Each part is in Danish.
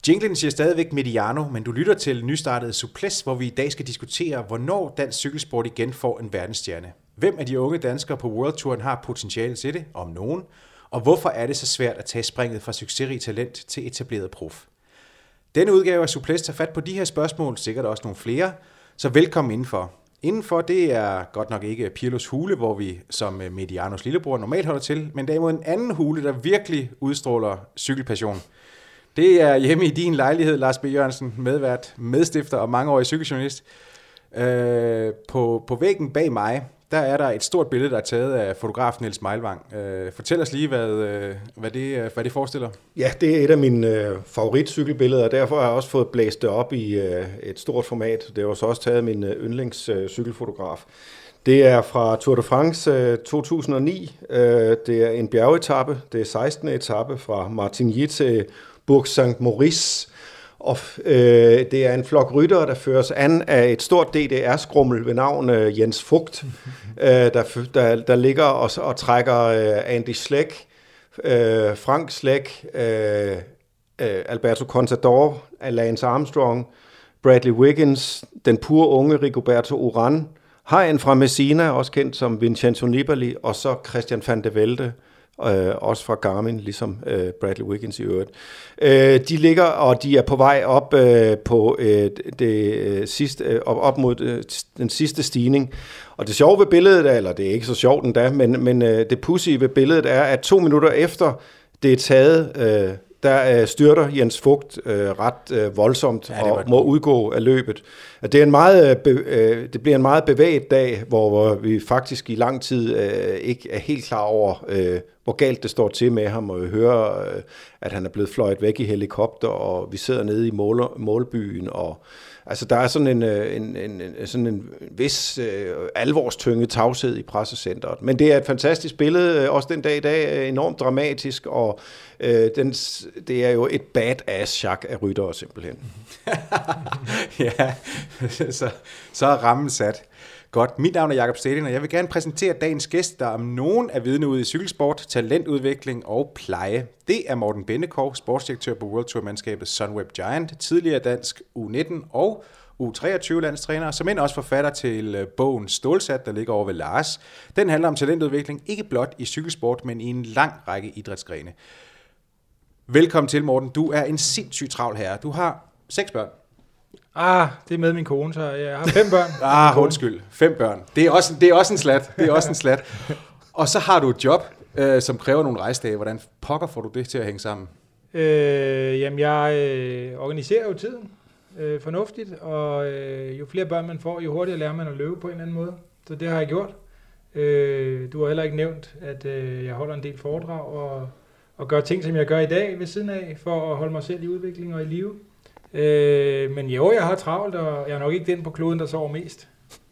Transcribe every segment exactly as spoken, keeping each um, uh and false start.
Jinglen siger stadigvæk Mediano, men du lytter til nystartede Suples, hvor vi i dag skal diskutere, hvornår dansk cykelsport igen får en verdensstjerne. Hvem af de unge danskere på World Touren har potentiale til det, om nogen? Og hvorfor er det så svært at tage springet fra succesrig talent til etableret prof? Denne udgave af Suples tager fat på de her spørgsmål, sikkert også nogle flere, så velkommen indenfor. Indenfor, det er godt nok ikke Pirlos hule, hvor vi som Medianos lillebror normalt holder til, men derimod en anden hule, der virkelig udstråler cykelpassion. Det er hjemme i din lejlighed, Lars B. Jørgensen, medvært, medstifter og mangeårig cykeljournalist. Øh, på, på væggen bag mig, der er der et stort billede, der er taget af fotografen Niels Meilvang. Øh, fortæl os lige, hvad, hvad, det, hvad det forestiller. Ja, det er et af mine øh, favoritcykelbilleder, og derfor har jeg også fået blæst det op i øh, et stort format. Det har så også taget min øh, yndlingscykelfotograf. Det er fra Tour de France øh, to tusind og ni. Øh, det er en bjergetappe. Det er sekstende etape fra Martigny til Bourg Saint-Maurice. Og øh, det er en flok ryttere, der føres an af et stort D D R-skrummel ved navn øh, Jens Vogt, øh, der, der, der ligger og, og trækker øh, Andy Schleck, øh, Frank Schleck, øh, øh, Alberto Contador, Lance Armstrong, Bradley Wiggins, den pure unge Rigoberto Urán, Hajen fra Messina, også kendt som Vincenzo Nibali, og så Christian van de Velde, Øh, også fra Garmin, ligesom øh, Bradley Wiggins i øvrigt. Øh, de ligger, og de er på vej op øh, på øh, det øh, sidste, øh, op mod øh, den sidste stigning. Og det sjove ved billedet, eller det er ikke så sjovt endda, men, men øh, det pudsige ved billedet er, at to minutter efter det er taget, øh, der øh, styrter Jens Vogt øh, ret øh, voldsomt ja, og må udgå af løbet. Det, er en meget, øh, det bliver en meget bevæget dag, hvor, hvor vi faktisk i lang tid øh, ikke er helt klar over, øh, hvor galt det står til med ham, og vi hører, øh, at han er blevet fløjet væk i helikopter, og vi sidder nede i mål, målbyen, og altså, der er sådan en, en, en, sådan en vis øh, alvorstynget tavshed i pressecentret. Men det er et fantastisk billede, også den dag i dag, enormt dramatisk, og øh, den, det er jo et badass-chak af ryttere simpelthen. Ja, så, så er rammen sat. Godt, mit navn er Jakob Stedin, og jeg vil gerne præsentere dagens gæst, der om nogen er vidne ude i cykelsport, talentudvikling og pleje. Det er Morten Bennekov, sportsdirektør på World Tour-mandskabet Sunweb Giant, tidligere dansk U nitten og U treogtyve-landstræner, som end også forfatter til bogen Stålsat, der ligger over ved Lars. Den handler om talentudvikling, ikke blot i cykelsport, men i en lang række idrætsgrene. Velkommen til, Morten. Du er en sindssygt travl herre. Du har seks børn. Ah, det er med min kone, så jeg har fem børn. ah, undskyld. Fem børn. Det er også, det er også en slat. Det er også en slat. Og så har du et job, øh, som kræver nogle rejsedage. Hvordan pokker får du det til at hænge sammen? Øh, jamen, jeg øh, organiserer jo tiden øh, fornuftigt, og øh, jo flere børn man får, jo hurtigere lærer man at løbe på en eller anden måde. Så det har jeg gjort. Øh, du har heller ikke nævnt, at øh, jeg holder en del foredrag og, og gør ting, som jeg gør i dag ved siden af, for at holde mig selv i udvikling og i live. Øh, men jo, jeg har travlt, og jeg er nok ikke den på kloden, der sover mest.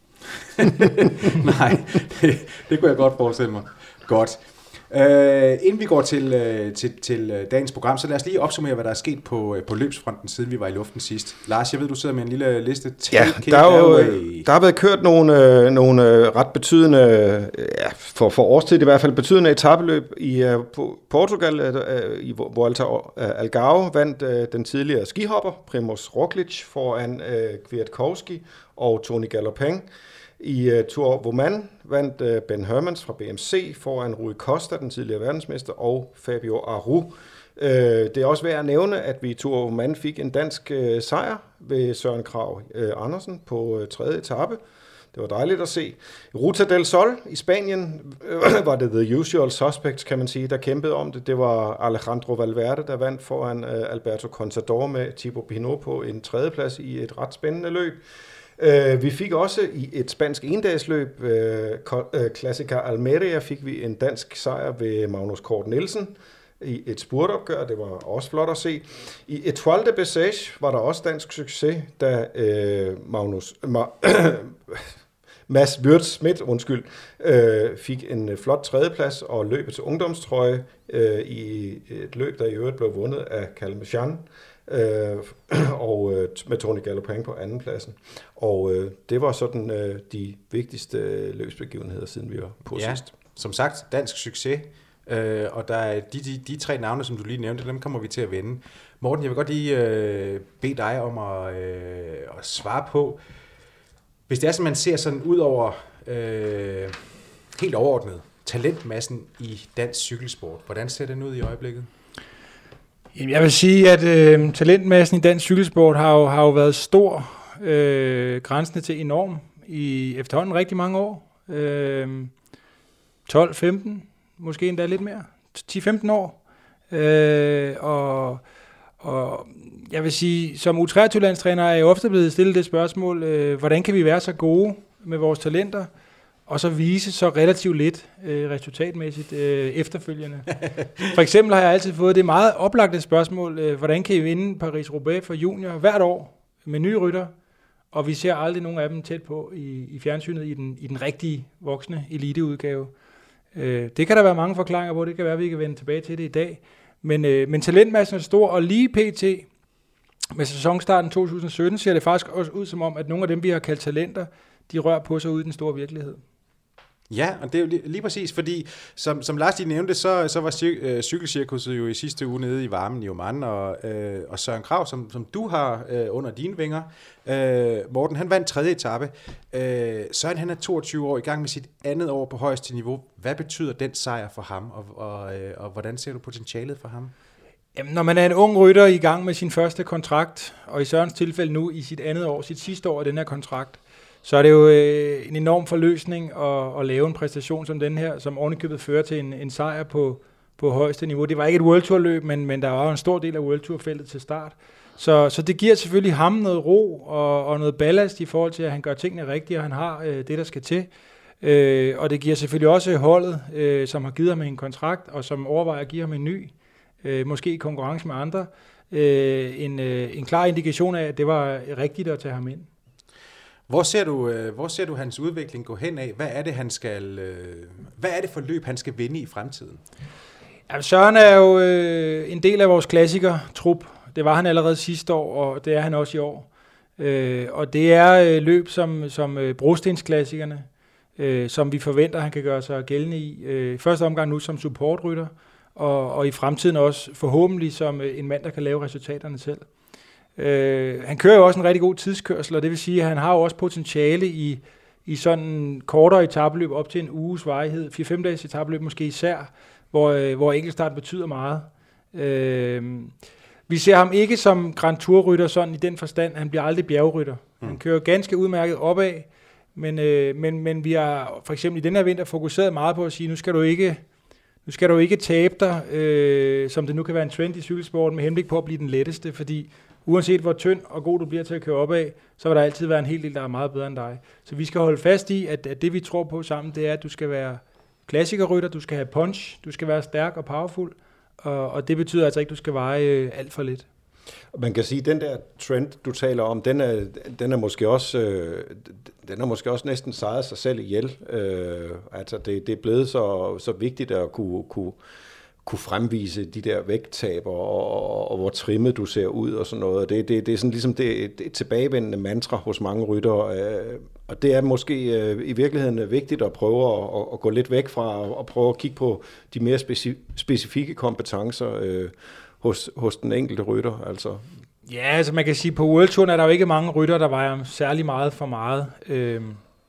Nej, det, det kunne jeg godt forestille mig. Godt. Øh, inden vi går til, øh, til, til dagens program, så lad os lige opsummere, hvad der er sket på, på løbsfronten, siden vi var i luften sidst. Lars, jeg ved, du sidder med en lille liste. Ja, der, er jo, der har været kørt nogle, nogle ret betydende, ja, for, for årstid i hvert fald, betydende etapeløb i uh, Portugal, uh, i, hvor Alta Algarve vandt uh, den tidligere skihopper, Primož Roglič, foran uh, Kwiatkowski og Tony Galopin. I uh, Tour Woman vandt uh, Ben Hermans fra B M C foran Rui Costa, den tidligere verdensmester, og Fabio Aru. Uh, det er også værd at nævne, at vi i Tour Woman fik en dansk uh, sejr ved Søren Kragh uh, Andersen på uh, tredje etape. Det var dejligt at se. Ruta del Sol i Spanien uh, var det the usual suspects, kan man sige, der kæmpede om det. Det var Alejandro Valverde, der vandt foran uh, Alberto Contador med Thibaut Pinot på en tredjeplads i et ret spændende løb. Uh, vi fik også i et spansk endagsløb, uh, Clásica Almería, fik vi en dansk sejr ved Magnus Cort Nielsen i et spurtopgør. Det var også flot at se. I Etoile de Bessèges var der også dansk succes, da uh, Magnus Ma- Mads Wirtz-Smith undskyld, uh, fik en flot tredjeplads og løbets ungdomstrøje uh, i et løb, der i øvrigt blev vundet af Calmechan. Øh, og øh, med Tony Galopin på andenpladsen. Og øh, det var sådan øh, de vigtigste løbsbegivenheder, siden vi var på ja, sidst. Som sagt, dansk succes. Øh, og der er de, de, de tre navne, som du lige nævnte, dem kommer vi til at vende. Morten, jeg vil godt lige øh, bede dig om at, øh, at svare på, hvis det er sådan, man ser sådan ud over øh, helt overordnet talentmassen i dansk cykelsport, hvordan ser den ud i øjeblikket? Jeg vil sige, at øh, talentmassen i dansk cykelsport har jo, har jo været stor, øh, grænsende til enorm, i efterhånden rigtig mange år. Øh, tolv femten, måske endda lidt mere. ti til femten år. Øh, og, og jeg vil sige, som U treogtyve-landstræner er jeg ofte blevet stillet det spørgsmål, øh, hvordan kan vi være så gode med vores talenter, og så vise så relativt lidt øh, resultatmæssigt øh, efterfølgende. For eksempel har jeg altid fået det meget oplagte spørgsmål, øh, hvordan kan I vinde Paris-Roubaix for junior hvert år med nye rytter, og vi ser aldrig nogen af dem tæt på i, i fjernsynet i den, i den rigtige voksne eliteudgave. Øh, det kan der være mange forklaringer på, det kan være, at vi kan vende tilbage til det i dag, men, øh, men talentmassen er stor, og lige pt. Med sæsonstarten to tusind sytten ser det faktisk også ud som om, at nogle af dem, vi har kaldt talenter, de rører på sig ud i den store virkelighed. Ja, og det er jo lige, lige præcis, fordi som, som Lars lige nævnte, så, så var cy- øh, cykelcirkuset jo i sidste uge nede i varmen i Oman, og, øh, og Søren Kragh, som, som du har øh, under dine vinger, øh, Morten, han vandt tredje etape. Øh, Søren, han er toogtyve år i gang med sit andet år på højeste niveau. Hvad betyder den sejr for ham, og, og, øh, og hvordan ser du potentialet for ham? Jamen, når man er en ung rytter i gang med sin første kontrakt, og i Sørens tilfælde nu i sit andet år, sit sidste år af den her kontrakt, så er det jo øh, en enorm forløsning at, at lave en præstation som den her, som ovenikøbet fører til en, en sejr på, på højeste niveau. Det var ikke et World Tour løb, men, men der var jo en stor del af World Tour feltet til start. Så, så det giver selvfølgelig ham noget ro og, og noget ballast i forhold til, at han gør tingene rigtigt, og han har øh, det, der skal til. Øh, og det giver selvfølgelig også holdet, øh, som har givet ham en kontrakt, og som overvejer at give ham en ny, øh, måske i konkurrence med andre, øh, en, øh, en klar indikation af, at det var rigtigt at tage ham ind. Hvor ser du, hvor ser du hans udvikling gå hen af? Hvad er det, han skal, hvad er det for løb, han skal vinde i fremtiden? Ja, Søren er jo øh, en del af vores klassiker-trup. Det var han allerede sidste år, og det er han også i år. Øh, og det er øh, løb som, som øh, brostensklassikerne, øh, som vi forventer, han kan gøre sig gældende i. Øh, første omgang nu som supportrytter, og, og i fremtiden også forhåbentlig som øh, en mand, der kan lave resultaterne selv. Uh, han kører jo også en rigtig god tidskørsel, og det vil sige, at han har jo også potentiale i, i sådan en kortere etapeløb op til en uges varighed, fire fem dages etapeløb måske især, hvor, uh, hvor enkeltstart betyder meget. Uh, vi ser ham ikke som Grand Tour-rytter sådan i den forstand, han bliver aldrig bjergrytter. Mm. Han kører ganske udmærket opad, men, uh, men, men vi har for eksempel i den her vinter fokuseret meget på at sige, nu skal du ikke, nu skal du ikke tabe dig, uh, som det nu kan være en trend i cykelsporten, med henblik på at blive den letteste, fordi uanset hvor tynd og god du bliver til at køre opad, så vil der altid være en hel del, der er meget bedre end dig. Så vi skal holde fast i, at, at det vi tror på sammen, det er, at du skal være klassikerrytter, du skal have punch, du skal være stærk og powerful, og, og det betyder altså ikke, at du skal veje øh, alt for lidt. Man kan sige, at den der trend, du taler om, den er, den er, måske, også, øh, den er måske også næsten sejret sig selv ihjel. Øh, altså det, det er blevet så, så vigtigt at kunne... kunne kunne fremvise de der vægttab, og, og, og hvor trimmet du ser ud og sådan noget. Det, det, det er sådan ligesom det, et, et tilbagevendende mantra hos mange ryttere, øh, og det er måske øh, i virkeligheden vigtigt at prøve at, at gå lidt væk fra og prøve at kigge på de mere speci- specifikke kompetencer øh, hos, hos den enkelte rytter. Altså. Ja, altså man kan sige, på World Touren er der jo ikke mange rytter, der vejer særlig meget for meget. Øhm,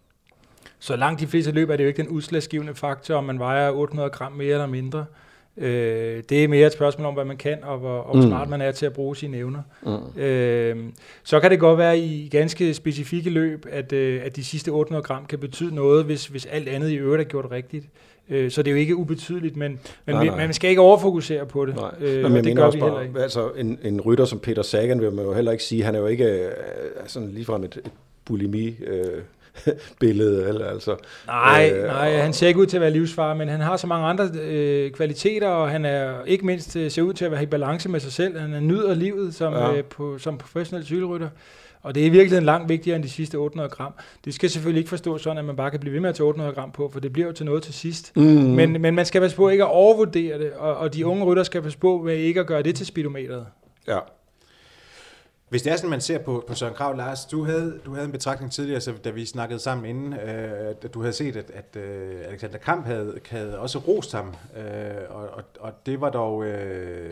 så langt de fleste løb er det jo ikke den udslagsgivende faktor, om man vejer otte hundrede gram mere eller mindre. Øh, det er mere et spørgsmål om, hvad man kan, og hvor, og hvor mm. smart man er til at bruge sine evner. Mm. Øh, så kan det godt være i ganske specifikke løb, at, øh, at de sidste otte hundrede gram kan betyde noget, hvis, hvis alt andet i øvrigt er gjort rigtigt. Øh, så det er jo ikke ubetydeligt, men, men nej, nej. man skal ikke overfokusere på det. Øh, men det gør vi bare, heller ikke. Altså, en, en rytter som Peter Sagan vil man jo heller ikke sige, han er jo ikke øh, sådan ligefrem et, et bulimi øh, billede, eller altså. Nej, øh, nej, han ser ikke ud til at være livsfarer, men han har så mange andre øh, kvaliteter, og han er ikke mindst ser ud til at være i balance med sig selv. Han nyder livet som, ja. øh, på, som professionel cykelrytter, og det er i virkeligheden langt vigtigere end de sidste otte hundrede gram. Det skal selvfølgelig ikke forstås sådan, at man bare kan blive ved med at tage otte hundrede gram på, for det bliver jo til noget til sidst. Mm. Men, men man skal passe på ikke at overvurdere det, og, og de unge rytter skal passe på med ikke at gøre det til speedometeret. Ja. Hvis det er sådan, man ser på, på Søren Kragh, Lars, du havde, du havde en betragtning tidligere, så, da vi snakkede sammen inden, øh, at du havde set, at, at øh, Alexander Kamp havde, havde også rost ham, øh, og, og, og det var dog øh,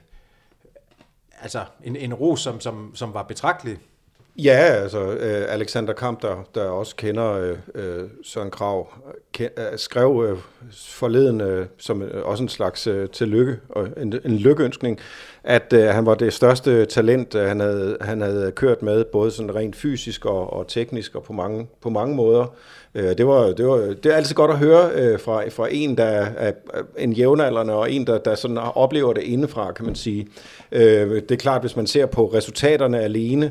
altså en, en ros, som, som, som var betragtelig. Ja, altså øh, Alexander Kamp, der, der også kender øh, Søren Kragh, ke- øh, skrev øh, forleden øh, som øh, også en slags øh, tillykke og en, en lykkeønskning, at øh, han var det største talent, øh, han, havde, han havde kørt med, både sådan rent fysisk og, og teknisk og på mange, på mange måder. Øh, det, var, det, var, det er altid godt at høre øh, fra, fra en, der er en jævnaldrende, og en, der, der sådan oplever det indefra, kan man sige. Øh, det er klart, hvis man ser på resultaterne alene,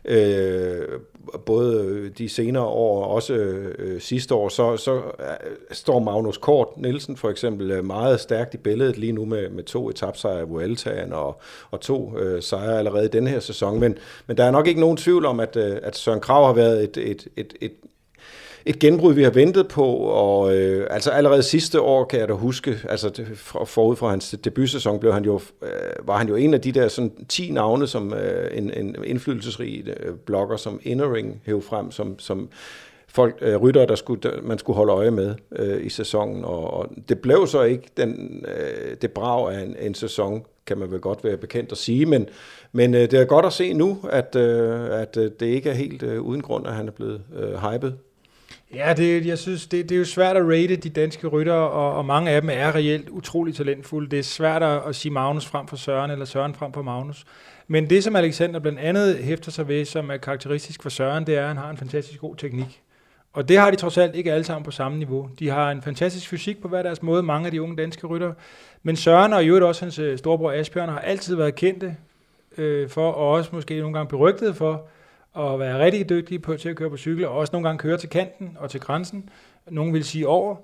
Øh, både de senere år og også øh, sidste år, så, så øh, står Magnus Kort Nielsen for eksempel meget stærkt i billedet lige nu med, med to etapsejre i Vueltaen og, og to øh, sejre allerede i denne her sæson. Men, men der er nok ikke nogen tvivl om, at, øh, at Søren Kragh har været et, et, et, et Et genbrud, vi har ventet på, og øh, altså allerede sidste år, kan jeg da huske, altså for, forud fra hans debutsæson, blev han jo, øh, var han jo en af de der sådan ti navne, som øh, en, en indflydelsesrig øh, blogger som Innering hæv frem, som, som folk, øh, ryttere, der skulle, der, man skulle holde øje med øh, i sæsonen, og, og det blev så ikke den, øh, det brag af en, en sæson, kan man vel godt være bekendt at sige, men, men øh, det er godt at se nu, at, øh, at øh, det ikke er helt øh, uden grund, at han er blevet øh, hypet. Ja, det, jeg synes, det, det er jo svært at rate de danske ryttere, og, og mange af dem er reelt utroligt talentfulde. Det er svært at, at sige Magnus frem for Søren, eller Søren frem for Magnus. Men det, som Alexander blandt andet hæfter sig ved, som er karakteristisk for Søren, det er, at han har en fantastisk god teknik. Og det har de trods alt ikke alle sammen på samme niveau. De har en fantastisk fysik på hver deres måde, mange af de unge danske ryttere. Men Søren og i øvrigt også hans storebror Asbjørn har altid været kendte øh, for, og også måske nogle gange berygtet for, og være rigtig dygtige på, til at køre på cykel, og også nogle gange køre til kanten og til grænsen. Nogle vil sige over.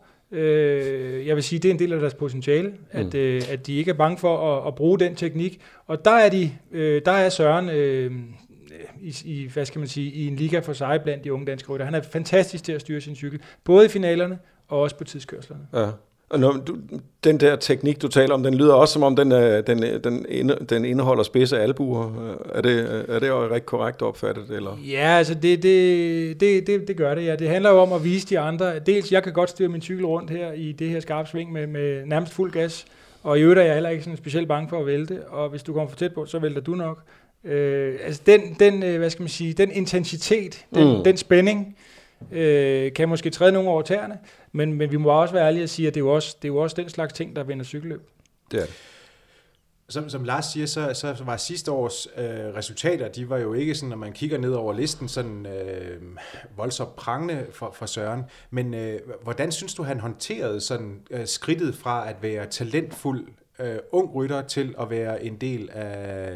Øh, jeg vil sige, det er en del af deres potentiale, at, mm. øh, at de ikke er bange for at, at bruge den teknik. Og der er, de, øh, der er Søren øh, i, i, hvad skal man sige, i en liga for sig blandt de unge danske ryttere. Han er fantastisk til at styre sin cykel, både i finalerne og også på tidskørslerne. Ja. Og når du, den der teknik, du taler om, den lyder også som om, den, den, den, inde, den indeholder spidse albuer. Er det, er det jo rigtig korrekt opfattet? Eller? Ja, altså det, det, det, det, det gør det, ja. Det handler jo om at vise de andre. Dels, jeg kan godt styre min cykel rundt her i det her skarpe sving med, med nærmest fuld gas. Og i øvrigt er jeg heller ikke sådan specielt bange for at vælte. Og hvis du kommer for tæt på, så vælter du nok. Øh, altså den, den, hvad skal man sige, den intensitet, den, mm. den spænding, Øh, kan måske træde nogle over tæerne, men, men vi må også være ærlige at sige, at det er jo også, det er jo også den slags ting, der vinder cykelløb. Det er det. Som, som Lars siger, så, så var sidste års øh, resultater, de var jo ikke sådan, når man kigger ned over listen, sådan øh, voldsomt prangende for, for Søren. Men øh, hvordan synes du, han håndterede sådan øh, skridtet fra at være talentfuld øh, ung rytter til at være en del af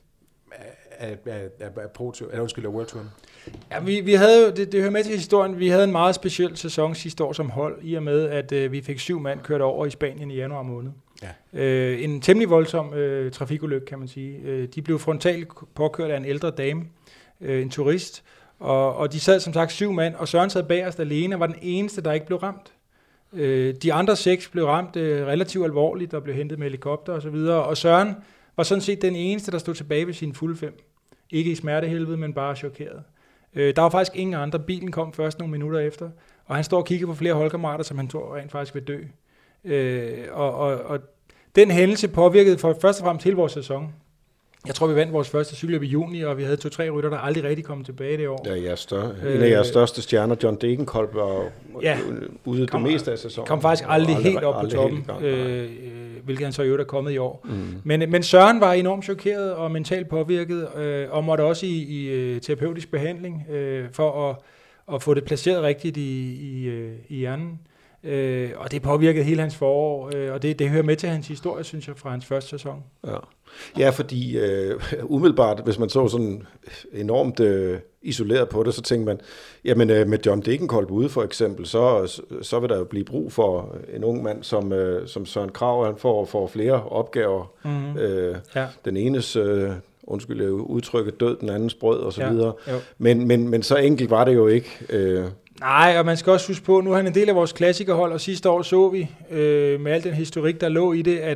af, af, af, af Pro Tour, eller undskyld, af World Touren? Ja, vi, vi havde jo, det, det hører med til historien, vi havde en meget speciel sæson sidste år som hold, i og med, at øh, vi fik syv mand kørt over i Spanien i januar måned. Ja. Øh, en temmelig voldsom øh, trafikulykke, kan man sige. Øh, de blev frontalt påkørt af en ældre dame, øh, en turist, og, og de sad som sagt syv mand, og Søren sad bagerst alene, og var den eneste, der ikke blev ramt. Øh, de andre seks blev ramt øh, relativt alvorligt, og blev hentet med helikopter og så videre, og Søren var sådan set den eneste, der stod tilbage ved sine fulde fem. Ikke i smertehelvede, men bare chokeret. Øh, der var faktisk ingen andre. Bilen kom først nogle minutter efter, og han står og kigger på flere holdkammerater, som han tror rent faktisk vil dø. Øh, og, og, og den hændelse påvirkede for først og fremmest hele vores sæson. Jeg tror, vi vandt vores første cykelløb i juni, og vi havde to-tre rytter, der aldrig rigtig kom tilbage det år. Ja, jeres større, øh, en af jeres største stjerner, John Degenkolb, var ja, ude kom, det meste af sæsonen. Kom faktisk aldrig, aldrig helt op aldrig på toppen, øh, hvilket han så jo er kommet i år. Mm. Men, men Søren var enormt chokeret og mentalt påvirket, øh, og måtte også i, i terapeutisk behandling øh, for at, at få det placeret rigtigt i, i, i hjernen. Øh, og det påvirkede hele hans forår, øh, og det, det hører med til hans historie, synes jeg, fra hans første sæson. Ja, ja fordi øh, umiddelbart, hvis man så sådan enormt øh, isoleret på det, så tænker man, jamen øh, med John Degenkolb ude for eksempel, så, så vil der jo blive brug for en ung mand, som, øh, som Søren Kragh, han får, får flere opgaver. Mm-hmm. Øh, ja. Den enes... Øh, undskyld, udtrykket død, den andens brød og så ja, videre. Men, men, men så enkelt var det jo ikke. Øh. Nej, og man skal også huske på, nu er han en del af vores klassikerhold, og sidste år så vi, øh, med al den historik, der lå i det, at,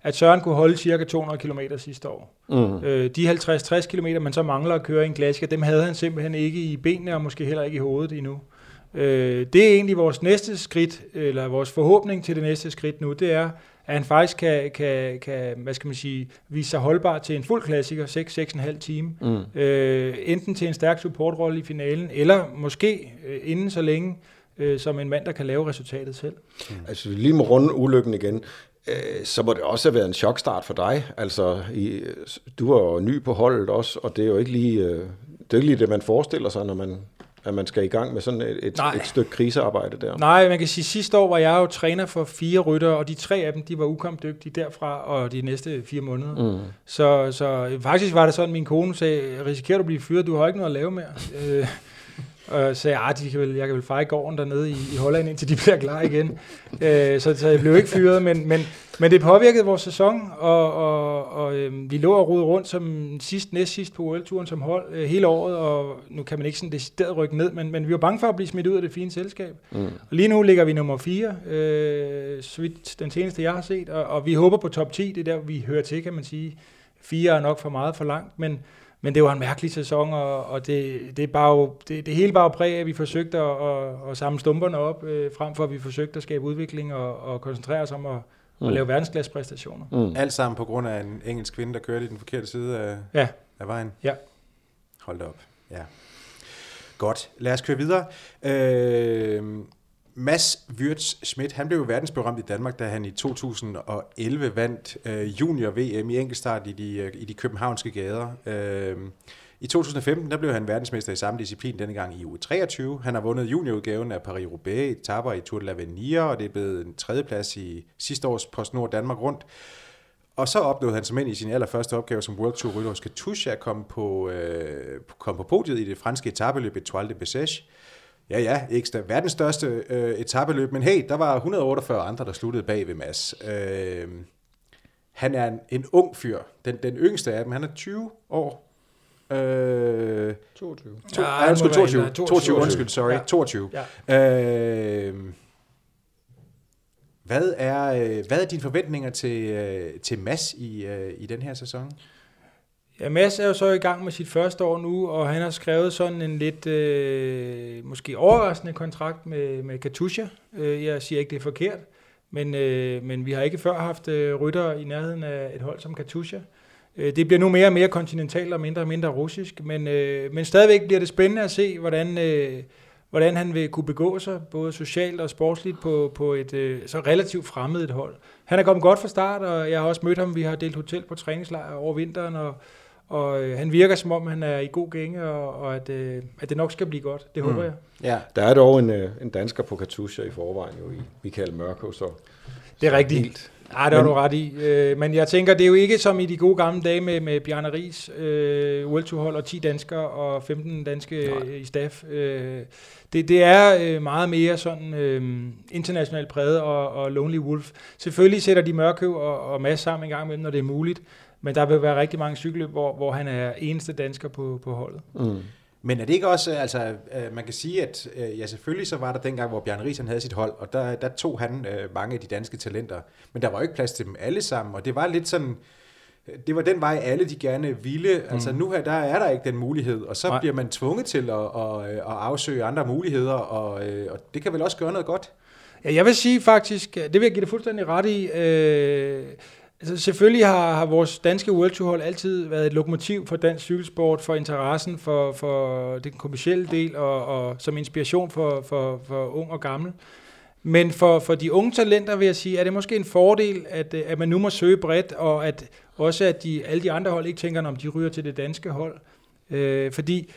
at Søren kunne holde cirka to hundrede kilometer sidste år. Mm. Øh, de halvtreds til tres kilometer, man så mangler at køre i en klassiker, dem havde han simpelthen ikke i benene, og måske heller ikke i hovedet endnu. Øh, det er egentlig vores næste skridt, eller vores forhåbning til det næste skridt nu, det er, at han faktisk kan, kan, kan hvad skal man sige, vise sig holdbar til en fuld klassiker, seks til seks komma fem time. Mm. Øh, enten til en stærk supportrolle i finalen, eller måske øh, inden så længe, øh, som en mand, der kan lave resultatet selv. Mm. Altså lige med runde ulykken igen, øh, så må det også have været en chokstart for dig. Altså, i, du var jo ny på holdet også, og det er jo ikke lige, øh, det, er ikke lige det, man forestiller sig, når man... at man skal i gang med sådan et, et, et stykke krisearbejde der. Nej, man kan sige, at sidste år var jeg jo træner for fire ryttere, og de tre af dem, de var ukampdygtige derfra, og de næste fire måneder. Mm. Så, så faktisk var det sådan, min kone sagde, risikerer du at blive fyret, du har ikke noget at lave mere. øh, og sagde, at de kan vel, jeg kan vel feje gården dernede i, i Holland, indtil de bliver klar igen. øh, så, så jeg blev ikke fyret, men, men, men det påvirkede vores sæson, og, og, og øh, vi lå og rodede rundt som sidst, næst sidst på World-turen som hold øh, hele året, og nu kan man ikke sådan decideret rykke ned, men, men vi var bange for at blive smidt ud af det fine selskab. Mm. Og lige nu ligger vi nummer fire, øh, så vidt den seneste jeg har set, og, og vi håber på top ti, det er der vi hører til, kan man sige. Fire er nok for meget for langt, men Men det var en mærkelig sæson, og, og det, det, er bare, det, det hele bare præg af, at vi forsøgte at, at, at samle stumperne op, øh, frem for at vi forsøgte at skabe udvikling og, og koncentrere os om at, mm. at lave verdensklassepræstationer. Mm. Alt sammen på grund af en engelsk kvinde, der kørte i den forkerte side af, ja. af vejen? Ja. Hold da op, ja. Godt, lad os køre videre. Øh, Mads Wirtz Schmidt, han blev jo verdensberømt i Danmark, da han i to tusind og elleve vandt øh, junior-V M i enkeltstart i de, i de københavnske gader. Øh, I to tusind og femten der blev han verdensmester i samme disciplin, denne gang i U treogtyve. Han har vundet juniorudgaven af Paris-Roubaix, etaper i Tour de l'Avenir, og det er blevet en tredjeplads i sidste års PostNord Danmark rundt. Og så opnåede han som ind i sin allerførste opgave som World Tour rytter hos Katusha, kom på, øh, kom på podiet i det franske etapeløb Étoile de Bessèges. Ja, ja, ikke verdens største øh, etapeløb, men hey, der var et hundrede og otteogfyrre andre, der sluttede bag ved Mads. Øh, han er en, en ung fyr, den, den yngste af dem, han er tyve år. Øh, toogtyve. To, ja, undskyld, toogtyve. toogtyve, undskyld, sorry, ja. toogtyve. Ja. Øh, hvad, er, hvad er dine forventninger til, til Mads i, i den her sæson? Ja, Mads er jo så i gang med sit første år nu, og han har skrevet sådan en lidt øh, måske overraskende kontrakt med, med Katusha. Jeg siger ikke, det er forkert, men, øh, men vi har ikke før haft øh, ryttere i nærheden af et hold som Katusha. Det bliver nu mere og mere kontinentalt og mindre og mindre russisk, men, øh, men stadigvæk bliver det spændende at se, hvordan, øh, hvordan han vil kunne begå sig, både socialt og sportsligt, på, på et øh, så relativt fremmed et hold. Han er kommet godt fra start, og jeg har også mødt ham. Vi har delt hotel på træningslejr over vinteren, og Og øh, han virker som om, han er i god gænge, og, og at, øh, at det nok skal blive godt. Det mm. håber jeg. Ja, der er dog en, en dansker på Katusha i forvejen, jo i Michael Mørkøv, så det er rigtigt. Helt. Nej, det har du ret i. Øh, men jeg tænker, det er jo ikke som i de gode gamle dage med, med Bjarne Riis, øh, World Tour hold og ti danskere og femten danske øh, i staff. Øh, det, det er øh, meget mere sådan øh, internationalt præget og, og Lonely Wolf. Selvfølgelig sætter de Mørkøv og, og Mads sammen en gang imellem, når det er muligt. Men der vil være rigtig mange cykelløb, hvor, hvor han er eneste dansker på, på holdet. Mm. Men er det ikke også, altså man kan sige, at ja selvfølgelig så var der dengang, hvor Bjarne Riis han havde sit hold, og der, der tog han øh, mange af de danske talenter, men der var jo ikke plads til dem alle sammen, og det var lidt sådan, det var den vej alle de gerne ville, mm. altså nu her, der er der ikke den mulighed, og så Nej. bliver man tvunget til at, at, at afsøge andre muligheder, og, og det kan vel også gøre noget godt? Ja, jeg vil sige faktisk, det vil jeg give dig fuldstændig ret i, øh, altså selvfølgelig har, har vores danske World Tour hold altid været et lokomotiv for dansk cykelsport, for interessen for, for den kommercielle del og, og som inspiration for, for, for ung og gammel. Men for, for de unge talenter vil jeg sige, er det måske en fordel, at, at man nu må søge bredt, og at også at de, alle de andre hold ikke tænker, om de ryger til det danske hold. Øh, fordi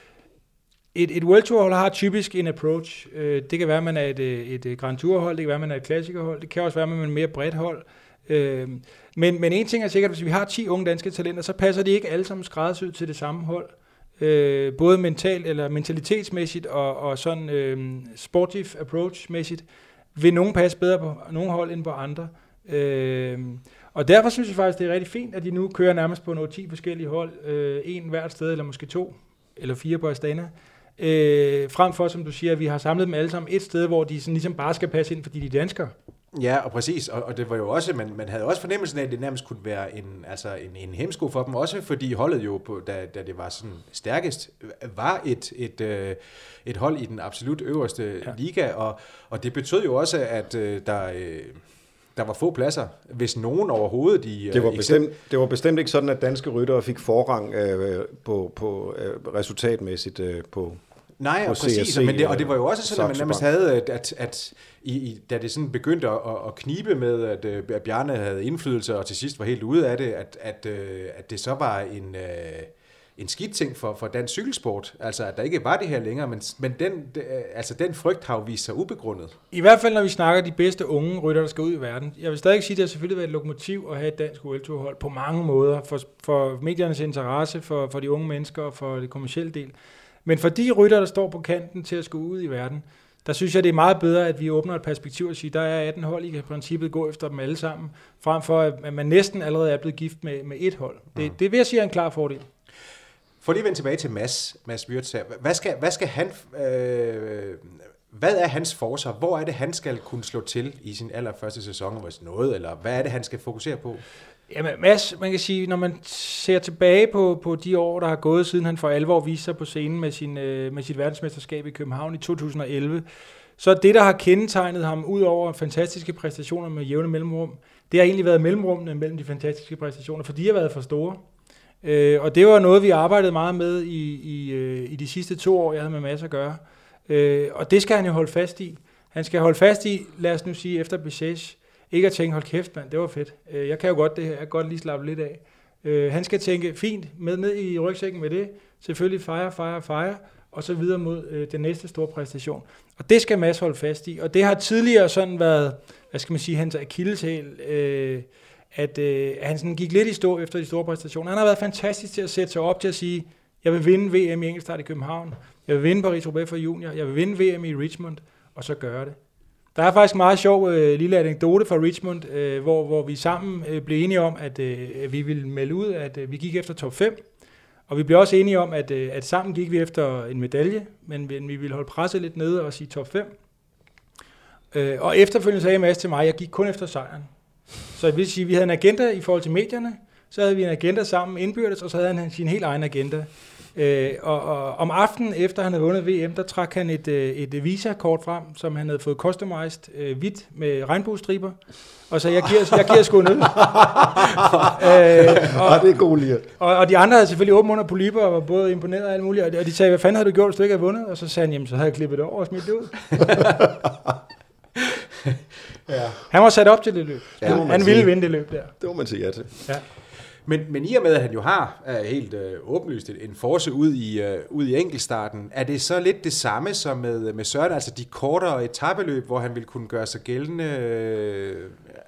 et, et World Tour hold har typisk en approach. Øh, det kan være, at man er et, et Grand Tour hold, det kan være, at man er et klassikerhold, det kan også være, at man er et mere bredt hold. Øh, men, men en ting er sikkert, at hvis vi har ti unge danske talenter, så passer de ikke alle sammen skræddersyet til det samme hold. Øh, både mentalt eller mentalitetsmæssigt og, og sådan øh, sportive approach-mæssigt vil nogen passe bedre på nogle hold end på andre. Øh, og derfor synes jeg faktisk, det er rigtig fint, at de nu kører nærmest på nogle ti forskellige hold. Øh, en hvert sted, eller måske to, eller fire på Astana. Øh, frem for, som du siger, at vi har samlet dem alle sammen et sted, hvor de sådan ligesom bare skal passe ind, fordi de er danskere. Ja, og præcis, og, og det var jo også, man, man havde også fornemmelsen af, at det nærmest kunne være en, altså en, en hemsko for dem, også fordi holdet jo, på, da, da det var sådan stærkest, var et, et, et, et hold i den absolut øverste ja. liga, og, og det betød jo også, at der, der var få pladser, hvis nogen overhovedet i... Det var, bestemt, det var bestemt ikke sådan, at danske ryttere fik forrang øh, på, på øh, resultatmæssigt øh, på... Nej, og præcis, men det, og det var jo også sådan, at man nærmest havde, at, at, at i, i, da det sådan begyndte at, at knibe med, at, at Bjarne havde indflydelse, og til sidst var helt ude af det, at, at, at det så var en, en skidt ting for, for dansk cykelsport, altså at der ikke var det her længere, men, men den, altså, den frygt har jo vist sig ubegrundet. I hvert fald, når vi snakker de bedste unge rytter, der skal ud i verden. Jeg vil stadig sige, at det har selvfølgelig været et lokomotiv at have et dansk U L-turhold på mange måder, for, for mediernes interesse, for, for de unge mennesker og for det kommercielle del. Men for de rytter, der står på kanten til at skulle ud i verden, der synes jeg, det er meget bedre, at vi åbner et perspektiv og siger, der er atten hold, I kan i princippet gå efter dem alle sammen, frem for at man næsten allerede er blevet gift med, med et hold. Det, det vil jeg sige er en klar fordel. For lige at vende tilbage til Mads, Mads Wirtz. Hvad skal, hvad skal han... Øh, hvad er hans forsvar? Hvor er det, han skal kunne slå til i sin allerførste sæson, hvis noget, eller hvad er det, han skal fokusere på? Jamen Mads, man kan sige, når man ser tilbage på, på de år, der har gået, siden han for alvor viste sig på scenen med, sin, med sit verdensmesterskab i København i to tusind og elleve, så det, der har kendetegnet ham ud over fantastiske præstationer med jævne mellemrum, det har egentlig været mellemrummene mellem de fantastiske præstationer, for de har været for store. Øh, og det var noget, vi arbejdede meget med i, i, i de sidste to år, jeg havde med Mads at gøre. Øh, og det skal han jo holde fast i. Han skal holde fast i, lad os nu sige, efter Bessèges, ikke at tænke, hold kæft mand, det var fedt. Øh, jeg kan jo godt det her, jeg kan godt lige slappe lidt af. Øh, han skal tænke, fint, med ned i rygsækken med det, selvfølgelig fire, fire, fire, og så videre mod øh, den næste store præstation. Og det skal Mads holde fast i, og det har tidligere sådan været, hvad skal man sige, hans akilleshæl, øh, at, øh, at han sådan gik lidt i stå efter de store præstationer. Han har været fantastisk til at sætte sig op til at sige, jeg vil vinde V M i enkeltstart i København, jeg vil vinde Paris-Roubaix for junior, jeg vil vinde V M i Richmond, og så gøre det. Der er faktisk en meget sjov øh, lille anekdote fra Richmond, øh, hvor, hvor vi sammen øh, blev enige om, at øh, vi ville melde ud, at øh, vi gik efter top fem, og vi blev også enige om, at, øh, at sammen gik vi efter en medalje, men, men vi ville holde presset lidt nede og sige top fem. Øh, og efterfølgende sagde Mads til mig, at jeg gik kun efter sejren. Så jeg vil sige, at vi havde en agenda i forhold til medierne, så havde vi en agenda sammen indbyrdes, og så havde han sin helt egen agenda. Øh, og, og om aftenen, efter han havde vundet V M, der trak han et, et Visa-kort frem, som han havde fået customized øh, hvidt med regnbuestriber, og så jeg giver, jeg giver sgu ned. øh, og, det er god lige. Og, og de andre havde selvfølgelig åbent under polyper, og var både imponeret og alt muligt, og de sagde, hvad fanden havde du gjort, hvis du ikke havde vundet? Og så sagde han, jamen så havde jeg klippet det over og smidt det ud. Ja. Han var sat op til det løb. Ja, han ville vinde det løb der. Det må man sige ja til. Ja. Men, men i og med, at han jo har uh, helt uh, åbenlyst en force ud i, uh, ud i enkeltstarten, er det så lidt det samme som med, med Søren, altså de kortere etapeløb, hvor han ville kunne gøre sig gældende? Uh,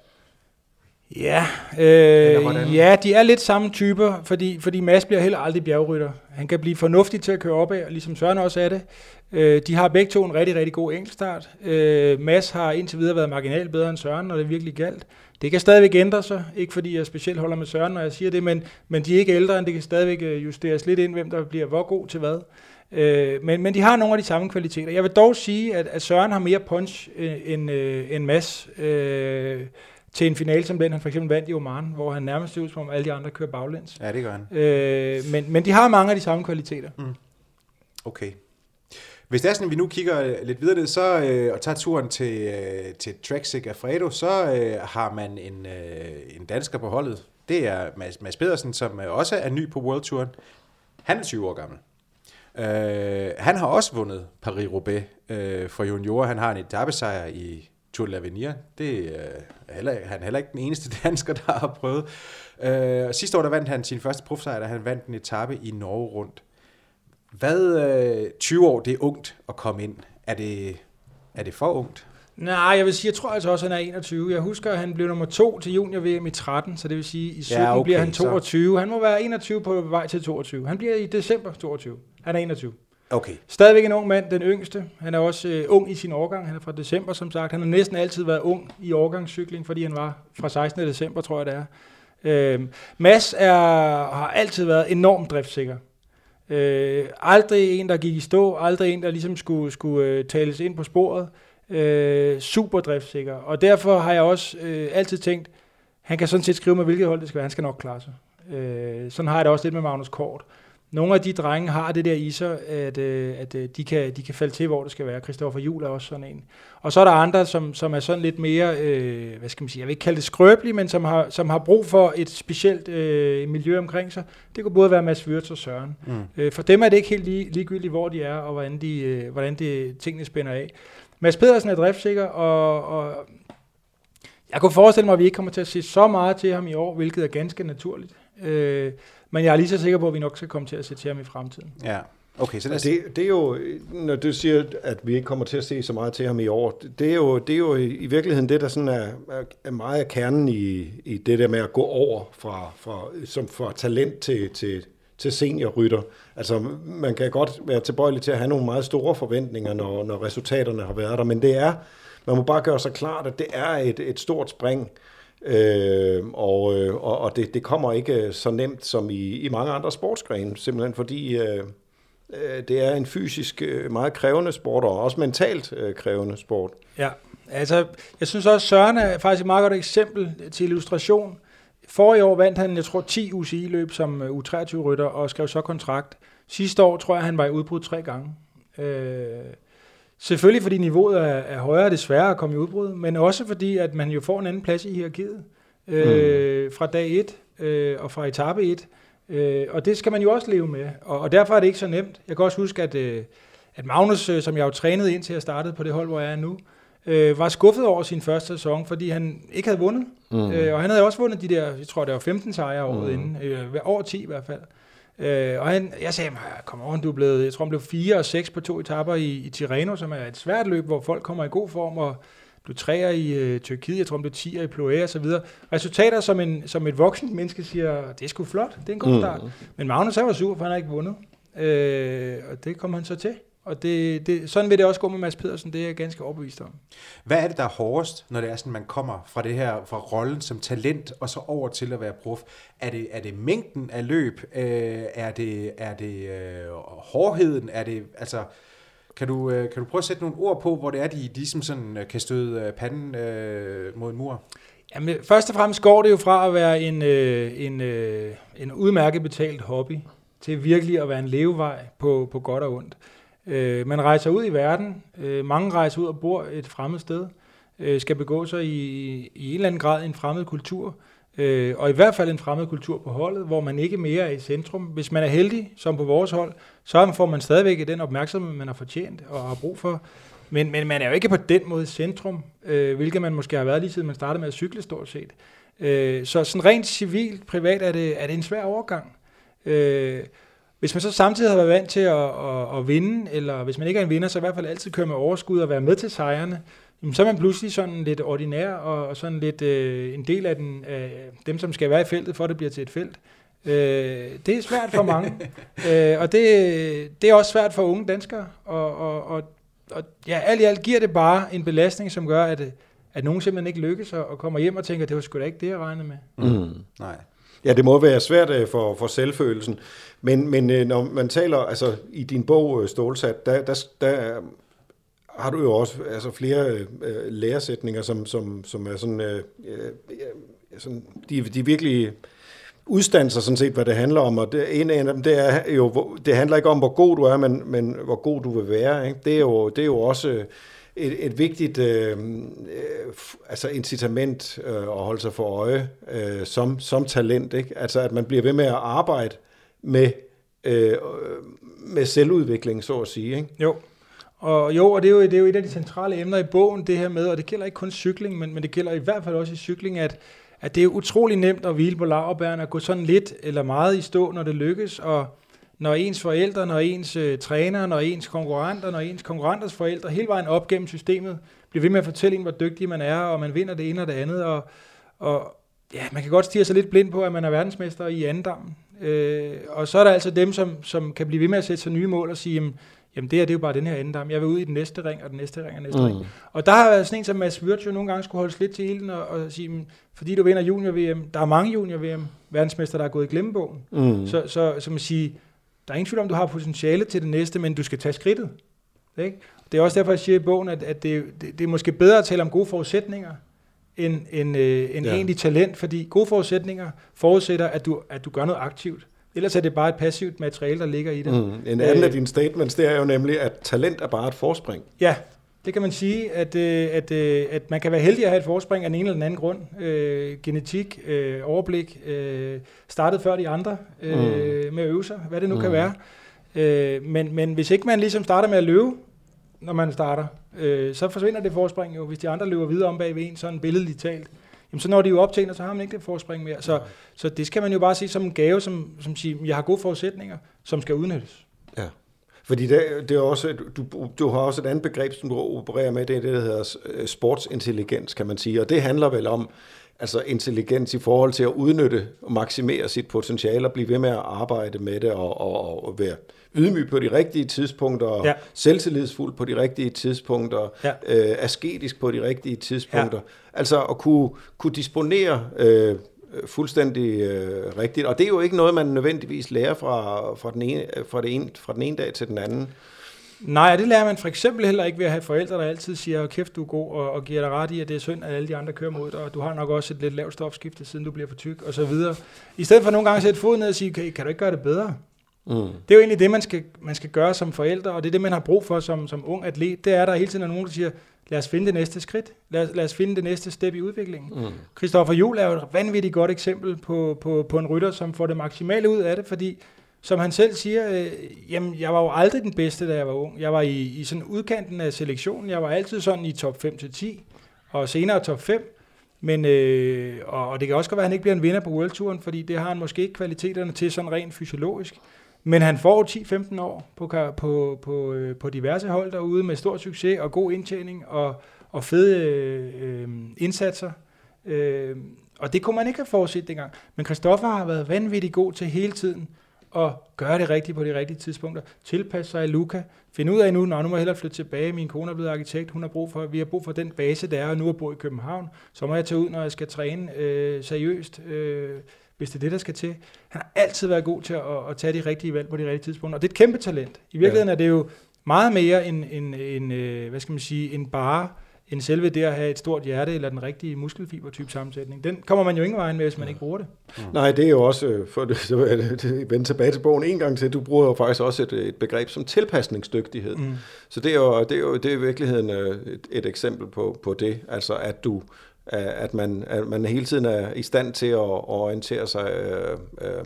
ja, øh, ja, de er lidt samme typer, fordi, fordi Mads bliver heller aldrig bjergrytter. Han kan blive fornuftig til at køre opad, ligesom Søren også er det. Øh, de har begge to en rigtig, rigtig god enkeltstart. Øh, Mads har indtil videre været marginalt bedre end Søren, når det er virkelig galt. Det kan stadigvæk ændre sig, ikke fordi jeg specielt holder med Søren, når jeg siger det, men, men de er ikke ældre, end det kan stadigvæk justeres lidt ind, hvem der bliver hvor god til hvad. Øh, men, men de har nogle af de samme kvaliteter. Jeg vil dog sige, at, at Søren har mere punch end, øh, end Mads øh, til en finale som den, han for eksempel vandt i Oman, hvor han nærmest ser ud som om alle de andre kører baglæns. Ja, det gør han. Øh, men, men de har mange af de samme kvaliteter. Mm. Okay. Hvis det er sådan, at vi nu kigger lidt videre ned, så, øh, og tager turen til, øh, til Trek Segafredo, så øh, har man en, øh, en dansker på holdet. Det er Mads, Mads Pedersen, som også er ny på World Touren. Han er tyve år gammel. Øh, han har også vundet Paris-Roubaix øh, for juniorer. Han har en etapesejr i Tour de l'Avenir. Det øh, er heller, han er heller ikke den eneste dansker, der har prøvet. Øh, sidste år der vandt han sin første profsejr, da han vandt en etape i Norge rundt. Hvad, tyve år, det er ungt at komme ind. Er det, er det for ungt? Nej, jeg vil sige, jeg tror altså også, at han er enogtyve. Jeg husker, at han blev nummer to til junior-V M i tretten, så det vil sige, at i sytten ja, okay, bliver han toogtyve. Så. Han må være enogtyve på vej til toogtyve. Han bliver i december toogtyve. Han er enogtyve. Okay. Stadigvæk en ung mand, den yngste. Han er også øh, ung i sin årgang. Han er fra december, som sagt. Han har næsten altid været ung i årgangscykling, fordi han var fra sekstende december, tror jeg det er. Øh, Mads er, har altid været enormt driftssikker. Øh, aldrig en, der gik i stå, aldrig en, der ligesom skulle, skulle uh, tales ind på sporet. Øh, super driftssikker. Og derfor har jeg også øh, altid tænkt, han kan sådan set skrive med, hvilket hold det skal være. Han skal nok klare sig. Øh, sådan har jeg det også lidt med Magnus Kort. Nogle af de drenge har det der i sig, at, at de, kan, de kan falde til, hvor det skal være. Christoffer Juhl er også sådan en. Og så er der andre, som, som er sådan lidt mere, øh, hvad skal man sige, jeg vil ikke kalde det skrøbelige, men som har, som har brug for et specielt øh, miljø omkring sig. Det kunne både være Mads Wirtz og Søren. Mm. Øh, for dem er det ikke helt lige, ligegyldigt, hvor de er, og hvordan, de, øh, hvordan de, tingene spænder af. Mads Pedersen er driftsikker, og, og jeg kunne forestille mig, at vi ikke kommer til at se så meget til ham i år, hvilket er ganske naturligt. Øh, men jeg er lige så sikker på, at vi nok skal komme til at se til ham i fremtiden. Ja, okay. Så det, det er jo, når du siger, at vi ikke kommer til at se så meget til ham i år, det er jo, det er jo i virkeligheden det, der sådan er, er meget af kernen i, i det der med at gå over fra, fra, som fra talent til, til, til seniorrytter. Altså, man kan godt være tilbøjelig til at have nogle meget store forventninger, når, når resultaterne har været der, men det er, man må bare gøre sig klart, at det er et, et stort spring. Øh, og og, og det, det kommer ikke så nemt som i, i mange andre sportsgrene, simpelthen fordi øh, det er en fysisk meget krævende sport, og også mentalt øh, krævende sport. Ja, altså jeg synes også, Søren er faktisk et meget godt eksempel til illustration. Forrige år vandt han, jeg tror, ti U C I-løb som U treogtyve-rytter og skrev så kontrakt. Sidste år tror jeg, han var i udbrud tre gange. Øh, Selvfølgelig fordi niveauet er, er højere, desværre at komme i udbrud, men også fordi, at man jo får en anden plads i hierarkiet øh, mm. fra dag et øh, og fra etape et. Øh, og det skal man jo også leve med, og, og derfor er det ikke så nemt. Jeg kan også huske, at, øh, at Magnus, øh, som jeg jo trænede ind til at starte på det hold, hvor jeg er nu, øh, var skuffet over sin første sæson, fordi han ikke havde vundet. Mm. Øh, og han havde også vundet de der, jeg tror det var femten sejre året mm. inden, øh, over ti i hvert fald. Øh, og han, jeg sagde, kom on, du er blevet, jeg tror han blev fire og seks på to etaper i, i Tirreno, som er et svært løb, hvor folk kommer i god form, og blev treer i øh, Tyrkiet, jeg tror han blev tier i Ploé og så videre. Resultater, som, en, som et voksen menneske siger, det er sgu flot, det er en god start. Mm. Men Magnus han var sur, for han har ikke vundet. Øh, og det kom han så til. Og det, det, sådan vil det også gå med Mads Pedersen, det er jeg ganske overbevist om. Hvad er det, der er hårdest, når det er sådan, man kommer fra det her, fra rollen som talent, og så over til at være prof? Er det, er det mængden af løb? Øh, er det, er det øh, hårdheden? Er det, altså, kan du, øh, kan du prøve at sætte nogle ord på, hvor det er, de ligesom sådan kan støde panden øh, mod en mur? Jamen, først og fremmest går det jo fra at være en, øh, en, øh, en udmærket betalt hobby, til virkelig at være en levevej på, på godt og ondt. Øh, man rejser ud i verden, øh, mange rejser ud og bor et fremmed sted, øh, skal begå sig i, i en eller anden grad en fremmed kultur, øh, og i hvert fald en fremmed kultur på holdet, hvor man ikke mere er i centrum. Hvis man er heldig, som på vores hold, så får man stadigvæk den opmærksomhed, man har fortjent og har brug for. Men, men man er jo ikke på den måde i centrum, øh, hvilket man måske har været lige siden man startede med at cykle stort set. Øh, så sådan rent civilt, privat er det, er det en svær overgang. Øh, Hvis man så samtidig har været vant til at, at, at vinde, eller hvis man ikke er en vinder, så i hvert fald altid køre med overskud og være med til sejrene, så er man pludselig sådan lidt ordinær og, og sådan lidt øh, en del af den, øh, dem, som skal være i feltet, for at det bliver til et felt. Øh, det er svært for mange, øh, og det, det er også svært for unge danskere, og, og, og, og ja, alt i alt giver det bare en belastning, som gør, at, at nogen simpelthen ikke lykkes og kommer hjem og tænker, det var sgu da ikke det, jeg regnede med. Mm. Nej. Ja, det må være svært for, for selvfølelsen, men, men når man taler, altså i din bog, Stålsat, der, der, der har du jo også altså, flere øh, læresætninger, som, som, som er sådan, øh, øh, sådan de, de virkelig udstanser sådan set, hvad det handler om, og det, en af dem, det er jo, det handler ikke om, hvor god du er, men, men hvor god du vil være, ikke? Det er jo, det er jo også et, et vigtigt øh, altså incitament øh, at holde sig for øje øh, som, som talent, ikke? Altså at man bliver ved med at arbejde med, øh, med selvudvikling, så at sige, ikke? Jo, og jo, og det er jo, det er jo et af de centrale emner i bogen, det her med, og det gælder ikke kun cykling, men, men det gælder i hvert fald også i cykling, at, at det er utrolig nemt at hvile på laurbærrene, at gå sådan lidt eller meget i stå, når det lykkes, og når ens forældre, når ens øh, træner, når ens konkurrenter, når ens konkurrenters forældre, hele vejen op gennem systemet, bliver ved med at fortælle en, hvor dygtig man er, og man vinder det ene og det andet, og, og ja, man kan godt stirre sig lidt blind på, at man er verdensmester i andendammen. Øh, og så er der altså dem, som, som kan blive ved med at sætte sig nye mål og sige, jamen, jamen det her, det er jo bare den her andendam. Jeg vil ud i den næste ring, og den næste ring, og den næste mm. ring. Og der har været sådan en som Mads Wirtz jo nogle gange skulle holdes lidt til ilden og, og sige, jamen, fordi du vinder junior-V M, der er mange junior-V M verdensmester, der er gået i glemmebogen. Mm. Så, så, så man siger, der er ingen tvivl om, du har potentiale til det næste, men du skal tage skridtet. Ikke? Det er også derfor, jeg siger i bogen, at, at det, det, det er måske bedre at tale om gode forudsætninger, end, end, øh, end ja. egentlig talent, fordi gode forudsætninger forudsætter, at du, at du gør noget aktivt. Ellers er det bare et passivt materiale, der ligger i det. Mm. En anden øh, af dine statements, det er jo nemlig, at talent er bare et forspring. Ja, det kan man sige, at, at, at man kan være heldig at have et forspring af en eller anden grund. Øh, genetik, øh, overblik, øh, startede før de andre øh, mm. med at øve sig, hvad det nu mm. kan være. Øh, men, men hvis ikke man ligesom starter med at løbe, når man starter, øh, så forsvinder det forspring jo. Hvis de andre løber videre om bag ved en, sådan billedligt talt, jamen så når de jo op til en, og så har man ikke det forspring mere. Så, så det skal man jo bare se som en gave, som, som siger, jeg har gode forudsætninger, som skal udnyttes. Ja. Fordi det, det er også, du, du har også et andet begreb, som du opererer med, det er det, der hedder sportsintelligens, kan man sige. Og det handler vel om altså intelligens i forhold til at udnytte og maksimere sit potentiale og blive ved med at arbejde med det og, og, og være ydmyg på de rigtige tidspunkter, ja. selvtillidsfuld på de rigtige tidspunkter, ja. øh, asketisk på de rigtige tidspunkter. Ja. Altså at kunne, kunne disponere øh, fuldstændig øh, rigtigt. Og det er jo ikke noget, man nødvendigvis lærer fra, fra, den, ene, fra, det ene, fra den ene dag til den anden. Nej, det lærer man for eksempel heller ikke ved at have forældre, der altid siger, kæft, du er god, og, og giver dig ret i, at det er synd, at alle de andre kører mod dig, og du har nok også et lidt lavt stofskifte, siden du bliver for tyk, og så videre. I stedet for nogle gange at sætte foden ned og sige, kan, kan du ikke gøre det bedre? Mm. Det er jo egentlig det, man skal, man skal gøre som forældre, og det er det, man har brug for som, som ung atlet. Det er der hele tiden er nogen, der siger, lad os finde det næste skridt. Lad os, lad os finde det næste step i udviklingen. Mm. Christoffer Juhl er jo et vanvittigt godt eksempel på, på, på en rytter, som får det maksimale ud af det, fordi som han selv siger, øh, jamen, jeg var jo aldrig den bedste, da jeg var ung. Jeg var i, i sådan udkanten af selektionen. Jeg var altid sådan i top fem til ti, og senere top fem. Men, øh, og, og det kan også godt være, at han ikke bliver en vinder på World Touren, fordi det har han måske ikke kvaliteterne til sådan rent fysiologisk. Men han får ti femten år på, på, på, på diverse hold derude med stor succes og god indtjening og, og fede øh, indsatser. Øh, og det kunne man ikke have forudset dengang. Men Christoffer har været vanvittigt god til hele tiden at gøre det rigtigt på de rigtige tidspunkter. Tilpasse sig i Luka. Finde ud af nu, når nu må jeg hellere flytte tilbage. Min kone er blevet arkitekt. Hun har brug for, vi har brug for den base, der er, og nu at bo i København. Så må jeg tage ud, når jeg skal træne øh, seriøst. Øh, hvis det er det, der skal til. Han har altid været god til at, at tage de rigtige valg på de rigtige tidspunkter, og det er et kæmpe talent. I virkeligheden ja. er det jo meget mere end, end, end, hvad skal man sige, end bare end selve det at have et stort hjerte eller den rigtige muskelfibertype sammensætning. Den kommer man jo ingen vejen med, hvis man ja. ikke bruger det. Mm. Nej, det er jo også, for at vende tilbage til bogen en gang til, du bruger jo faktisk også et, et begreb som tilpasningsdygtighed. Mm. Så det er jo, det er jo det er i virkeligheden et, et eksempel på, på det, altså at du at man, at man hele tiden er i stand til at orientere sig øh, øh,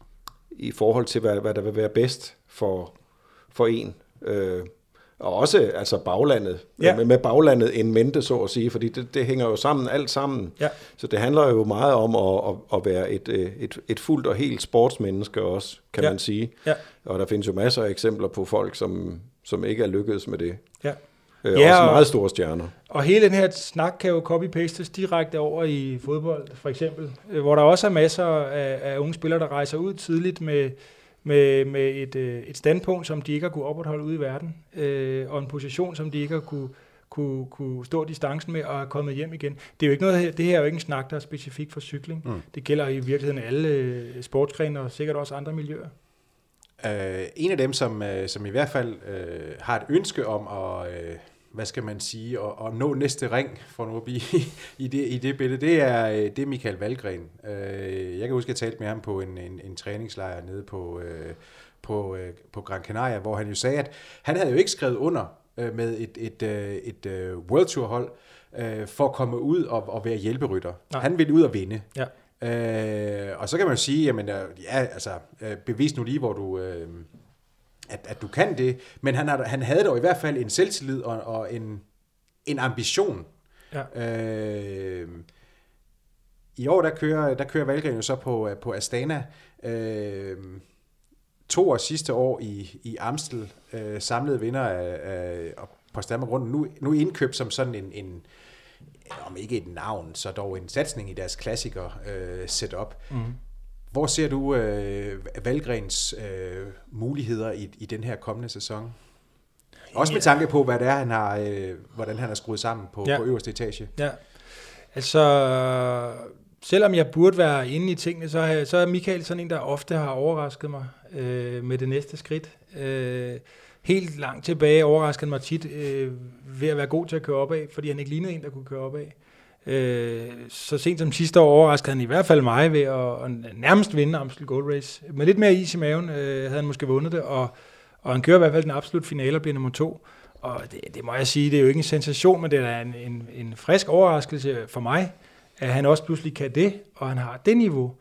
i forhold til, hvad, hvad der vil være bedst for, for en. Øh, og også altså baglandet, ja. med, med baglandet en mente, så at sige, fordi det, det hænger jo sammen, alt sammen. Ja. Så det handler jo meget om at, at, at være et, et, et fuldt og helt sportsmenneske også, kan ja. man sige. Ja. Og der findes jo masser af eksempler på folk, som, som ikke er lykkedes med det. Ja. Øh, ja, også meget store stjerner. Og hele den her snak kan jo copy-pastes direkte over i fodbold, for eksempel, hvor der også er masser af, af unge spillere, der rejser ud tidligt med, med, med et, et standpunkt, som de ikke har kunne opretholde ude i verden, øh, og en position, som de ikke har kunne, kunne, kunne stå distancen med og er kommet hjem igen. Det er jo ikke noget, det her er jo ikke en snak, der er specifik for cykling. Mm. Det gælder i virkeligheden alle sportsgrene og sikkert også andre miljøer. Uh, en af dem, som, uh, som i hvert fald uh, har et ønske om at, uh, hvad skal man sige, at, at nå næste ring, for nu at blive i det, i det billede, det er, det er Michael Valgren. Uh, jeg kan huske, at jeg talte med ham på en, en, en træningslejr nede på, uh, på, uh, på Gran Canaria, hvor han jo sagde, at han havde jo ikke skrevet under uh, med et, et, et, et uh, World Tour hold uh, for at komme ud og, og være hjælperytter. Nej. Han ville ud og vinde. Ja. Øh, og så kan man jo sige, jamen, ja, altså, bevis nu lige, hvor du, øh, at, at du kan det, men han, har, han havde dog i hvert fald en selvtillid og, og en, en ambition. Ja. Øh, I år, der kører, der kører Valgren jo så på, på Astana, øh, to år sidste år i, i Amstel, øh, samlede vinder af, af Potsdamer-runden, nu, nu indkøbt som sådan en, en om ikke et navn, så dog en satsning i deres klassiker øh, setup. Mm. Hvor ser du øh, Valgrens øh, muligheder i, i den her kommende sæson? Også med tanke på, hvad det er, han har, øh, hvordan han har skruet sammen på, ja. på øverste etage. Ja, altså selvom jeg burde være inde i tingene, så er, så er Michael sådan en, der ofte har overrasket mig øh, med det næste skridt. Øh, helt langt tilbage overraskede mig tit øh, ved at være god til at køre opad, fordi han ikke lignede en, der kunne køre opad. Øh, så sent som sidste år overraskede han i hvert fald mig ved at, at nærmest vinde Amstel Gold Race. Med lidt mere is i maven øh, havde han måske vundet det, og, og han kører i hvert fald den absolut finale og bliver nummer to. Og det, det må jeg sige, det er jo ikke en sensation, men det er en, en, en frisk overraskelse for mig, at han også pludselig kan det, og han har det niveau.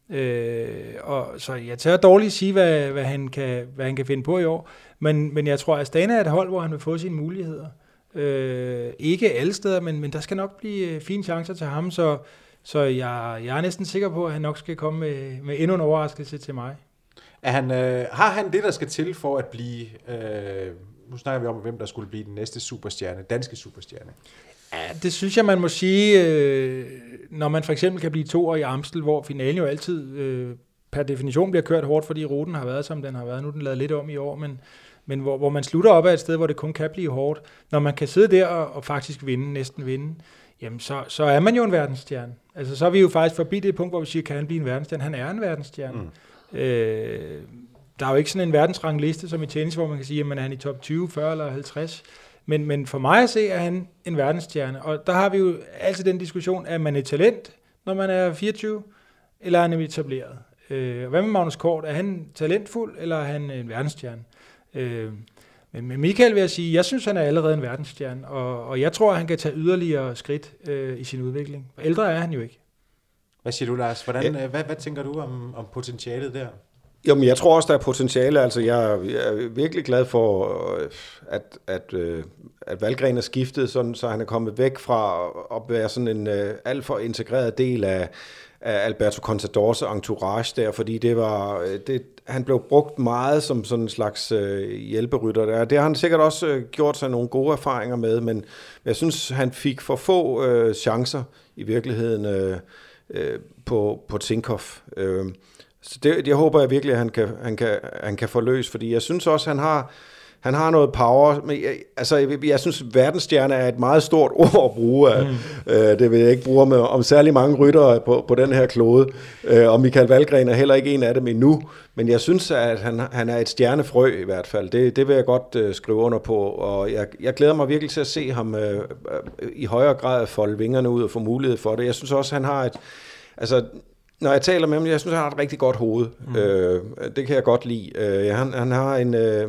Øh, og så jeg tør dårligt sige, hvad, hvad, han kan, hvad han kan finde på i år, men, men jeg tror, at Astana er et hold, hvor han vil få sine muligheder. Øh, ikke alle steder, men, men der skal nok blive fine chancer til ham, så, så jeg, jeg er næsten sikker på, at han nok skal komme med, med endnu en overraskelse til mig. Er han, øh, har han det, der skal til for at blive, øh, nu snakker vi om, hvem der skulle blive den næste superstjerne, danske superstjerne? Ja, det synes jeg, man må sige, øh, når man for eksempel kan blive to år i Amstel, hvor finalen jo altid øh, per definition bliver kørt hårdt, fordi ruten har været, som den har været. Nu er den lavet lidt om i år, men, men hvor, hvor man slutter op af et sted, hvor det kun kan blive hårdt. Når man kan sidde der og, og faktisk vinde, næsten vinde, jamen så, så er man jo en verdensstjerne. Altså så er vi jo faktisk forbi det punkt, hvor vi siger, kan han blive en verdensstjerne? Han er en verdensstjerne. Mm. Øh, der er jo ikke sådan en verdensrangliste som i tennis, hvor man kan sige, at man er han i top tyve, fyrre eller halvtreds. Men, men for mig at se, er han en verdensstjerne. Og der har vi jo altid den diskussion, er man et talent, når man er fireogtyve, eller er han etableret? Øh, hvad med Magnus Kort? Er han talentfuld, eller er han en verdensstjerne? Øh, men med Michael vil jeg sige, jeg synes, han er allerede en verdensstjerne, og, og jeg tror, at han kan tage yderligere skridt øh, i sin udvikling. Ældre er han jo ikke. Hvad siger du, Lars? Hvordan, ja. hvad, hvad tænker du om, om potentialet der? Jamen, jeg tror også, der er potentiale. Altså, jeg, jeg er virkelig glad for, at, at, at Valgren er skiftet, sådan, så han er kommet væk fra at være sådan en uh, alt for integreret del af, af Alberto Contadors entourage der, fordi det var, det, han blev brugt meget som sådan en slags uh, hjælperytter der. Det har han sikkert også uh, gjort sig nogle gode erfaringer med, men jeg synes, han fik for få uh, chancer i virkeligheden uh, uh, på, på Tinkoff. Uh, Så det, jeg håber jeg virkelig, at han kan, han kan, han kan få løs, fordi jeg synes også, han har, han har noget power. Men jeg, altså, jeg, jeg synes, verdensstjerne er et meget stort ord at bruge. Mm. Øh, det vil jeg ikke bruge med, om særlig mange ryttere på, på den her klode. Øh, og Michael Valgren er heller ikke en af dem endnu. Men jeg synes, at han, han er et stjernefrø i hvert fald. Det, det vil jeg godt øh, skrive under på. Og jeg, jeg glæder mig virkelig til at se ham øh, øh, i højere grad folde vingerne ud og få mulighed for det. Jeg synes også, han har et... Altså, når jeg taler med ham, jeg synes, han har et rigtig godt hoved. Mm. Øh, det kan jeg godt lide. Øh, han, han har en, øh,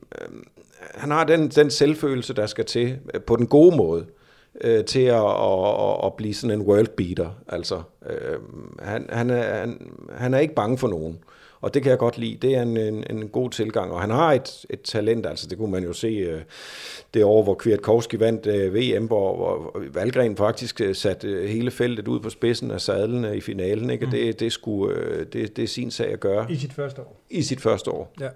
han har den, den selvfølelse, der skal til, på den gode måde, øh, til at, at, at blive sådan en world beater. Altså, øh, han, han, er, han, han er ikke bange for nogen. Og det kan jeg godt lide. Det er en, en, en god tilgang. Og han har et, et talent, altså det kunne man jo se uh, det år, hvor Kwiatkowski vandt uh, V M, hvor, hvor Valgren faktisk uh, satte uh, hele feltet ud på spidsen af sadlen uh, i finalen. Ikke? Mm. Det, det, skulle, uh, det, det er sin sag at gøre. I sit første år. I sit første år. Ja.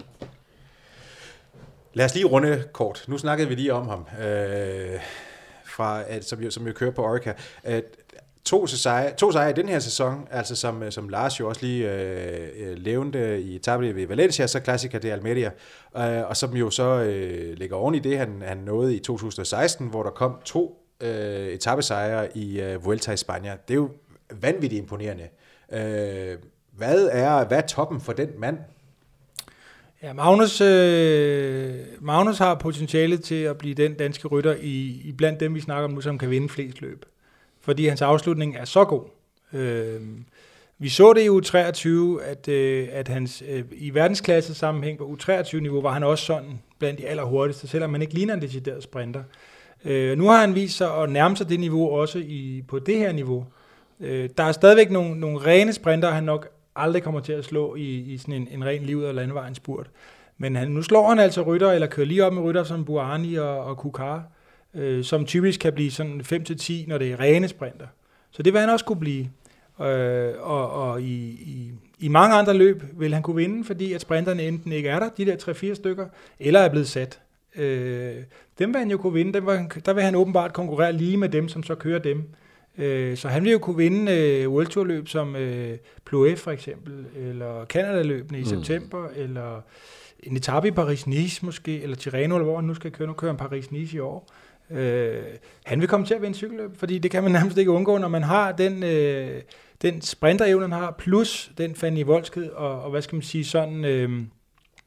Lad os lige runde kort. Nu snakkede vi lige om ham, øh, fra, at, som, jo, som jo kører på Orica. At, To sejre, to sejre i den her sæson, altså som, som Lars jo også lige øh, levnte i etape ved Valencia, så Classica de Almeria, øh, og som jo så øh, ligger oven i det, han, han nåede i to tusind og seksten, hvor der kom to øh, etapesejre i øh, Vuelta i Spanien. Det er jo vanvittigt imponerende. Øh, hvad, er, hvad er toppen for den mand? Ja, Magnus, øh, Magnus har potentialet til at blive den danske rytter i, i blandt dem, vi snakker om nu, som kan vinde flest løb. Fordi hans afslutning er så god. Øh, vi så det i U treogtyve, at, øh, at hans, øh, i verdensklasse sammenhæng på U treogtyve-niveau var han også sådan blandt de allerhurtigste, selvom man ikke ligner en decideret sprinter. Øh, nu har han vist sig at nærme sig det niveau også i, på det her niveau. Øh, der er stadigvæk nogle, nogle rene sprinter, han nok aldrig kommer til at slå i, i sådan en, en ren liv- eller landevejsspurt. Men han, nu slår han altså rytter, eller kører lige op med rytter som Buani og, og Kukar, øh, som typisk kan blive sådan fem til ti, når det er rene sprinter. Så det vil han også kunne blive. Øh, og og i, i, i mange andre løb vil han kunne vinde, fordi at sprinterne enten ikke er der, de der tre fire stykker, eller er blevet sat. Øh, dem vil han jo kunne vinde. Dem vil, der vil han åbenbart konkurrere lige med dem, som så kører dem. Øh, så han vil jo kunne vinde øh, World Tour løb som øh, Ploé for eksempel, eller Canada-løbene i mm. september, eller en etape i Paris-Nice måske, eller Tirreno, eller hvor han nu skal køre. Nu kører han Paris-Nice i år. Øh, han vil komme til at vinde cykelløb, fordi det kan man nærmest ikke undgå, når man har den, øh, den sprinterevne, han har, plus den fandenivoldskhed, og, og hvad skal man sige, sådan øh,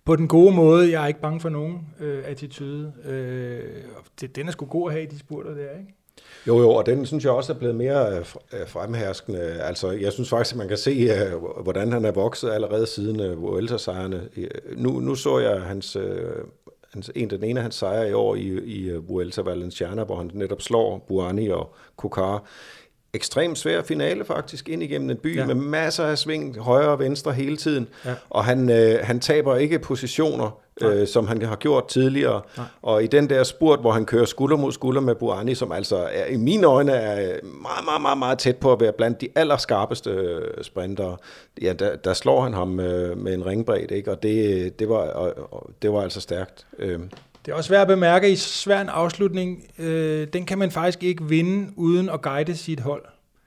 på den gode måde. Jeg er ikke bange for nogen øh, attitude. Øh, det, den er sgu god at have i de spurter der, ikke? Jo, jo, og den synes jeg også er blevet mere fremherskende. Altså, jeg synes faktisk, at man kan se, hvordan han er vokset allerede siden Vuelta-sejrene. Nu, nu så jeg hans, hans, en den ene af hans sejre i år i, i Vuelta Valenciana, hvor han netop slår Buani og Kokar. Ekstremt svær finale faktisk, ind igennem en by ja. med masser af sving, højre og venstre hele tiden. Ja. Og han, øh, han taber ikke positioner, øh, som han har gjort tidligere. Nej. Og i den der spurt, hvor han kører skulder mod skulder med Buani, som altså er, i mine øjne er meget, meget, meget, meget tæt på at være blandt de allerskarpeste sprintere, ja, der, der slår han ham øh, med en ringbredde, ikke? Og det, det, var, og, det var altså stærkt. Øh. Det er også svært at bemærke, at i svær en afslutning, øh, den kan man faktisk ikke vinde uden at guide sit hold.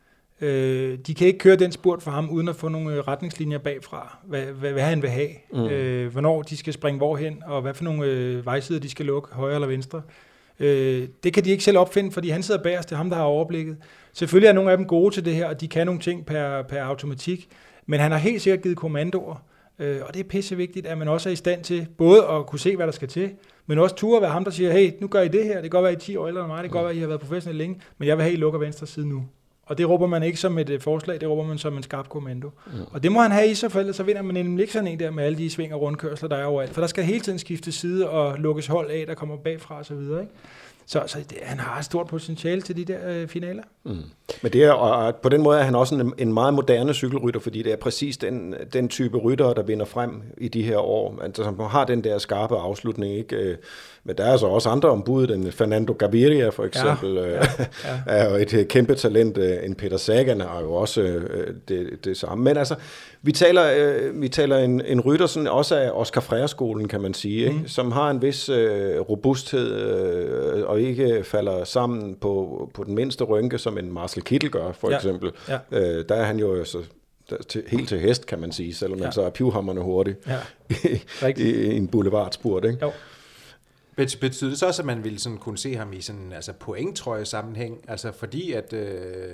Øh, de kan ikke køre den spurt for ham, uden at få nogle retningslinjer bagfra, hvad, hvad, hvad han vil have, mm. øh, hvornår de skal springe hvorhen, og hvad for nogle øh, vejsider de skal lukke, højre eller venstre. Øh, det kan de ikke selv opfinde, fordi han sidder bagerst, det er ham, der har overblikket. Selvfølgelig er nogle af dem gode til det her, og de kan nogle ting per, per automatik, men han har helt sikkert givet kommandoer, øh, og det er pissevigtigt, at man også er i stand til både at kunne se, hvad der skal til, men også ture være ham, der siger, hey, nu gør I det her, det kan godt være I ti år ældre end mig, det kan godt være, I har været professionelle længe, men jeg vil have, I lukker venstre side nu. Og det råber man ikke som et forslag, det råber man som en skarp kommando. Mm. Og det må han have i sig, for ellers så vinder man nemlig ikke sådan en der med alle de sving og rundkørsler, der er overalt. For der skal hele tiden skifte side og lukkes hold af, der kommer bagfra og så videre, ikke? Så, så det, han har et stort potentiale til de der øh, finaler. Mm. Men det er, og på den måde er han også en, en meget moderne cykelrytter, fordi det er præcis den, den type ryttere, der vinder frem i de her år. Altså, som har den der skarpe afslutning, ikke? Men der er så også andre ombud, den Fernando Gaviria for eksempel, ja, ja, ja. er jo et kæmpe talent. En Peter Sagan er jo også det, det samme. Men altså, vi taler, vi taler en, en rytter sådan også af Oscar Freire-skolen, kan man sige, ikke? Mm. Som har en vis øh, robusthed øh, og ikke falder sammen på, på den mindste rynke, som en Marcel Kittel gør, for ja. eksempel. Ja. Øh, der er han jo så til, helt til hest, kan man sige, selvom ja. han så er pivhamrende hurtig ja. i, i en boulevardspurt, ikke? Jo. Betyder det så også, at man ville sådan kunne se ham i sådan altså pointtrøje sammenhæng, altså fordi at, øh,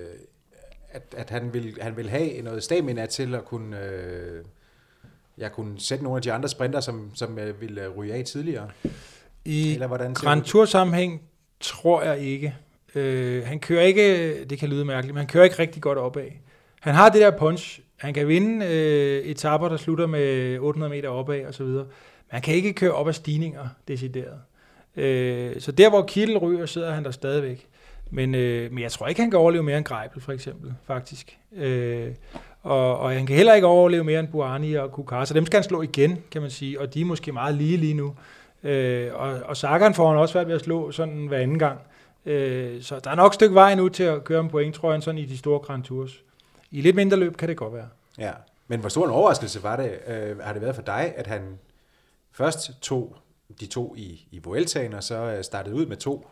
at, at han vil han vil have noget stamina til at kunne øh, jeg kunne sætte nogle af de andre sprinter, som som øh, ville ryge af tidligere? I Eller hvordan Grand Tour sammenhæng tror jeg ikke. Øh, han kører ikke, det kan lyde mærkeligt, men han kører ikke rigtig godt opad. Han har det der punch. Han kan vinde øh, etaper, der slutter med otte hundrede meter opad og så videre. Men han kan ikke køre op ad stigninger, decideret. Øh, så der, hvor Kittel ryger, sidder han der stadigvæk. Men, øh, men jeg tror ikke, han kan overleve mere end Greipel, for eksempel, faktisk. Øh, og, og han kan heller ikke overleve mere end Buani og Kokar, så dem skal han slå igen, kan man sige. Og de er måske meget lige lige nu. Øh, og, og Sagan får han også været ved at slå sådan hver anden gang. Øh, så der er nok et stykke vej nu til at køre en point, tror jeg, sådan i de store Grand Tours. I lidt mindre løb kan det godt være. Ja, men hvor stor en overraskelse var det, øh, har det været for dig, at han først tog de to i, i Vueltaen, og så startede ud med to?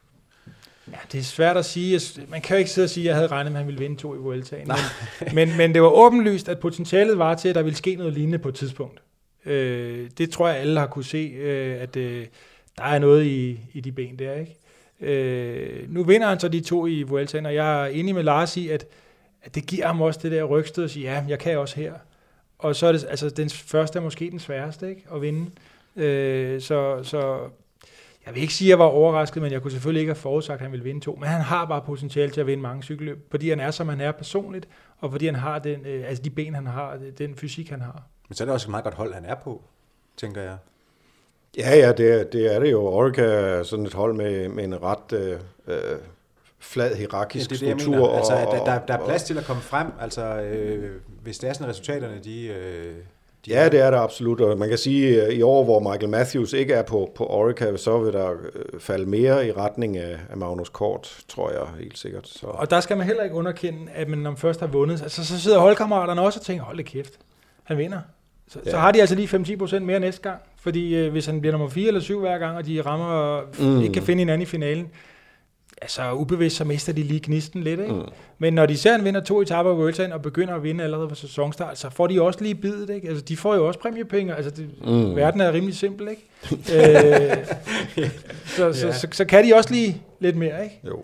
Ja, det er svært at sige. Man kan jo ikke sidde og sige, at jeg havde regnet med, at han ville vinde to i Vueltaen. Men, men, men det var åbenlyst, at potentialet var til, at der ville ske noget lignende på et tidspunkt. Øh, det tror jeg, alle har kunne se, øh, at øh, der er noget i, i de ben der, ikke? Øh, nu vinder han så de to i Vueltaen, og jeg er enig med Lars i, at, at det giver ham også det der rygstød at sige, ja, jeg kan også her. Og så er det, altså den første er måske den sværeste, ikke, at vinde. Øh, så, så jeg vil ikke sige, at jeg var overrasket, men jeg kunne selvfølgelig ikke have forudsagt, at han ville vinde to. Men han har bare potentiale til at vinde mange cykelløb, fordi han er, som han er personligt, og fordi han har den, øh, altså de ben, han har, den fysik, han har. Men så er det også et meget godt hold, han er på, tænker jeg. Ja, ja, det er det, er det jo. Orica er sådan et hold med, med en ret øh, flad hierarkisk ja, det er det, struktur. Altså, og, der, der er plads til at komme frem, altså øh, hvis det er sådan, resultaterne, de... Øh, de ja, det er det absolut, og man kan sige, at i år, hvor Michael Matthews ikke er på, på Orica, så vil der øh, falde mere i retning af, af Magnus Kort, tror jeg helt sikkert. Så. Og der skal man heller ikke underkende, at man, når man først har vundet, altså, så sidder holdkammeraterne også og tænker, hold da kæft, han vinder. Så, ja. så har de altså lige fem til ti procent mere næste gang, fordi øh, hvis han bliver nummer fire eller syv hver gang, og de rammer og mm. ikke kan finde hinanden i finalen, altså ubevidst, så mister de lige gnisten lidt, ikke? Mm. Men når de ser, han vinder to etaper i Vueltaen og begynder at vinde allerede på sæsonstart, så får de også lige bidet, ikke? Altså, de får jo også præmiepenge. Altså, det, mm. verden er rimelig simpel, ikke? øh, så, så, ja. så, så, så kan de også lige lidt mere, ikke? Jo.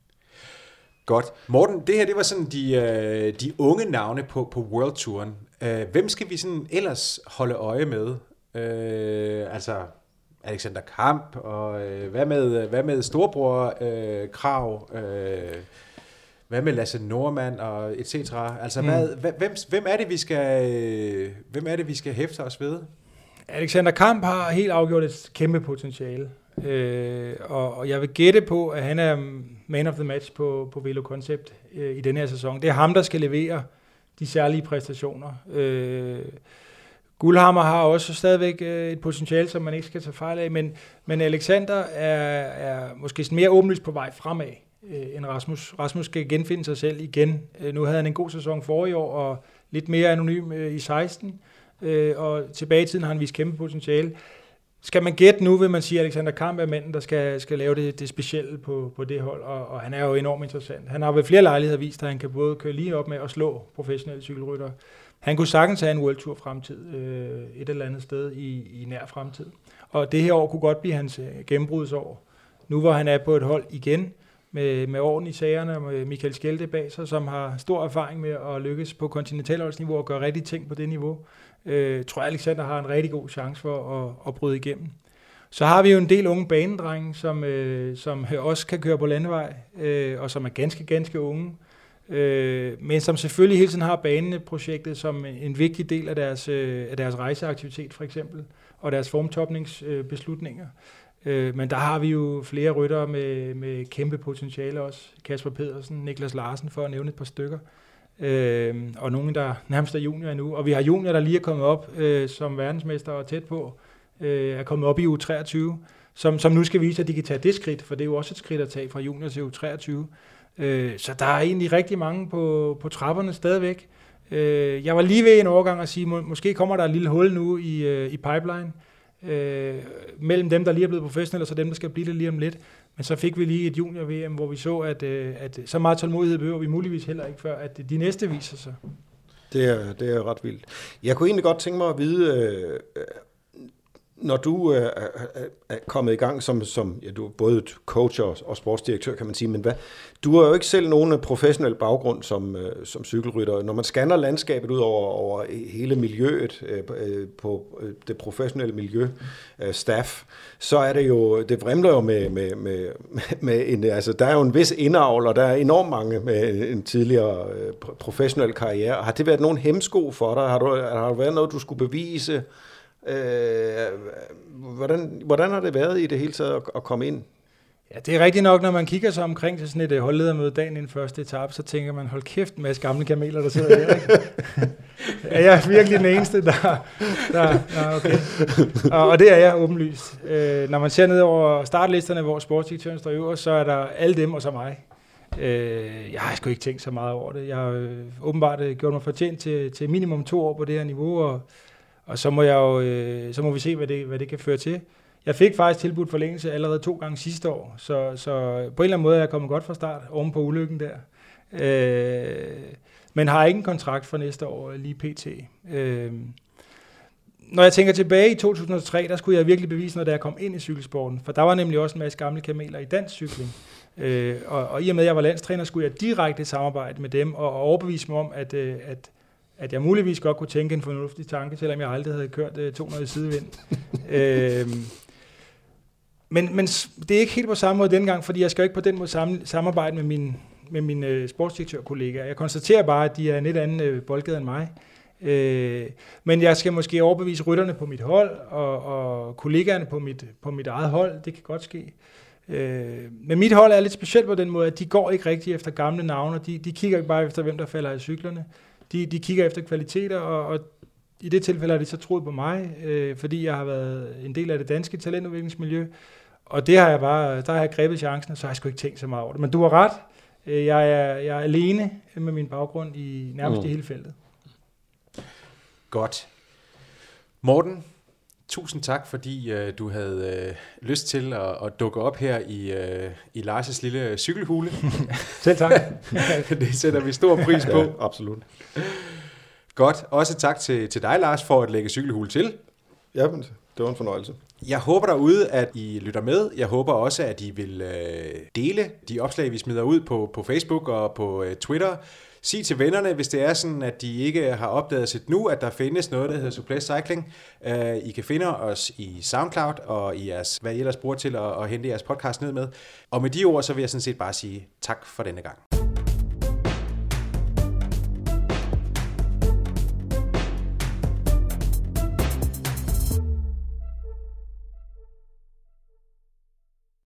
Godt. Morten, det her, det var sådan de, de unge navne på, på World Touren. Hvem skal vi sådan ellers holde øje med Øh, altså Alexander Kamp, og øh, hvad med, hvad med storebror øh, Krav, øh, hvad med Lasse Norman og et cetera. Altså mm. hvad, hvem, hvem er det vi skal øh, hvem er det vi skal hæfte os ved? Alexander Kamp har helt afgjort et kæmpe potentiale. Øh, og, og jeg vil gætte på, at han er man of the match på, på Velo Concept øh, i denne her sæson. Det er ham, der skal levere de særlige præstationer. Øh, Guldhammer har også stadigvæk øh, et potentiale, som man ikke skal tage fejl af, men, men Alexander er, er måske mere åbenlyst på vej fremad øh, end Rasmus. Rasmus skal genfinde sig selv igen. Øh, nu havde han en god sæson for i år, og lidt mere anonym øh, i seksten, øh, og tilbage i tiden har han vist kæmpe potentiale. Skal man gætte nu, vil man sige, at Alexander Kamp er manden, der skal, skal lave det, det specielle på, på det hold, og, og han er jo enormt interessant. Han har ved flere lejligheder vist, at han kan både køre lige op med og slå professionelle cykelryttere. Han kunne sagtens have en World Tour fremtid, øh, et eller andet sted i, i nær fremtid. Og det her år kunne godt blive hans øh, gennembrudsår. Nu hvor han er på et hold igen, med, med orden i sagerne, med Michael Skelde bag sig, som har stor erfaring med at lykkes på kontinentalholdsniveau og gøre rigtige ting på det niveau, øh, tror jeg, Alexander har en rigtig god chance for at, at bryde igennem. Så har vi jo en del unge banedrenge, som, øh, som også kan køre på landevej, øh, og som er ganske, ganske unge, øh, men som selvfølgelig hele tiden har baneprojektet som en vigtig del af deres, øh, af deres rejseaktivitet for eksempel, og deres formtopningsbeslutninger. Øh, men der har vi jo flere ryttere med, med kæmpe potentiale også. Kasper Pedersen, Niklas Larsen, for at nævne et par stykker. Øh, og nogen, der nærmest er junior endnu. Og vi har junior, der lige er kommet op øh, som verdensmester og tæt på, øh, er kommet op i U treogtyve, som, som nu skal vise, at de kan tage det skridt, for det er jo også et skridt at tage fra junior til U treogtyve. Øh, så der er egentlig rigtig mange på, på trapperne stadigvæk. Øh, jeg var lige ved en overgang at sige, må, måske kommer der et lille hul nu i, øh, i pipeline, øh, mellem dem, der lige er blevet professionelle, og så dem, der skal blive det lige om lidt. Men så fik vi lige et junior-V M, hvor vi så, at, øh, at så meget tålmodighed behøver vi muligvis heller ikke, før at de næste viser sig. Det er, det er ret vildt. Jeg kunne egentlig godt tænke mig at vide, øh, når du øh, er kommet i gang som, som ja, du er både coach og, og sportsdirektør, kan man sige, men hvad, du har jo ikke selv nogen professionel baggrund som, øh, som cykelrytter. Når man scanner landskabet ud over, over hele miljøet, øh, på det professionelle miljø, øh, staff, så er det jo, det vrimler jo med, med, med, med en, altså der er jo en vis indavl, og der er enormt mange med en tidligere øh, professionel karriere. Har det været nogen hemsko for dig? Har du, har der været noget, du skulle bevise? Øh, hvordan, hvordan har det været i det hele taget at, at komme ind? Ja, det er rigtigt nok, når man kigger sig omkring til sådan et holdledermøde dagen inden første etape, så tænker man, hold kæft, en masse gamle kameler, der sidder her. Er jeg virkelig den eneste, der... der der okay. og, og det er jeg åbenlyst. Øh, når man ser ned over startlisterne, hvor sportsdirektøren står øverst, så er der alle dem og så mig. Øh, jeg har sgu ikke tænkt så meget over det. Jeg har øh, åbenbart øh, gjort mig fortjent til, til minimum to år på det her niveau, og Og så må, jeg jo, øh, så må vi se, hvad det, hvad det kan føre til. Jeg fik faktisk tilbudt forlængelse allerede to gange sidste år, så, så på en eller anden måde er jeg kommet godt fra start oven på ulykken der. Øh, men har ikke en kontrakt for næste år lige pt. Øh, når jeg tænker tilbage i to tusind og tre, der skulle jeg virkelig bevise noget, da jeg kom ind i cykelsporten. For der var nemlig også en masse gamle kameler i dansk cykling. Øh, og, og i og med, at jeg var landstræner, skulle jeg direkte samarbejde med dem og, og overbevise mig om, at, at at jeg muligvis godt kunne tænke en fornuftig tanke, selvom jeg aldrig havde kørt uh, to hundrede sidevind. øhm, men, men det er ikke helt på samme måde dengang, fordi jeg skal ikke på den måde sam- samarbejde med mine, med mine uh, sportsdirektørkollegaer. Jeg konstaterer bare, at de er en lidt anden uh, boldgade end mig. Øh, men jeg skal måske overbevise rytterne på mit hold, og, og kollegaerne på mit, på mit eget hold. Det kan godt ske. Øh, men mit hold er lidt specielt på den måde, at de går ikke rigtig efter gamle navne. De, de kigger ikke bare efter, hvem der falder af cyklerne. De, de kigger efter kvaliteter, og, og i det tilfælde har de så troet på mig, øh, fordi jeg har været en del af det danske talentudviklingsmiljø, og det har jeg bare, der har jeg grebet chancen, og så har jeg sgu ikke tænkt så meget over det. Men du har ret, øh, jeg, er, jeg er alene med min baggrund i nærmest mm. i hele feltet. Godt. Morten, tusind tak, fordi øh, du havde øh, lyst til at, at dukke op her i, øh, i Lars' lille cykelhule. Selv tak. Det sætter vi stor pris på. Ja, absolut. Godt. Også tak til, til dig, Lars, for at lægge cykelhule til. Ja, men det var en fornøjelse. Jeg håber derude, at I lytter med. Jeg håber også, at I vil øh, dele de opslag, vi smider ud på, på Facebook og på øh, Twitter. Sig til vennerne, hvis det er sådan, at de ikke har opdaget sit nu, at der findes noget, der hedder Souplesse Cycling. Uh, I kan finde os i SoundCloud og i jeres, hvad I ellers bruger til at, at hente jeres podcast ned med. Og med de ord, så vil jeg sådan set bare sige tak for denne gang.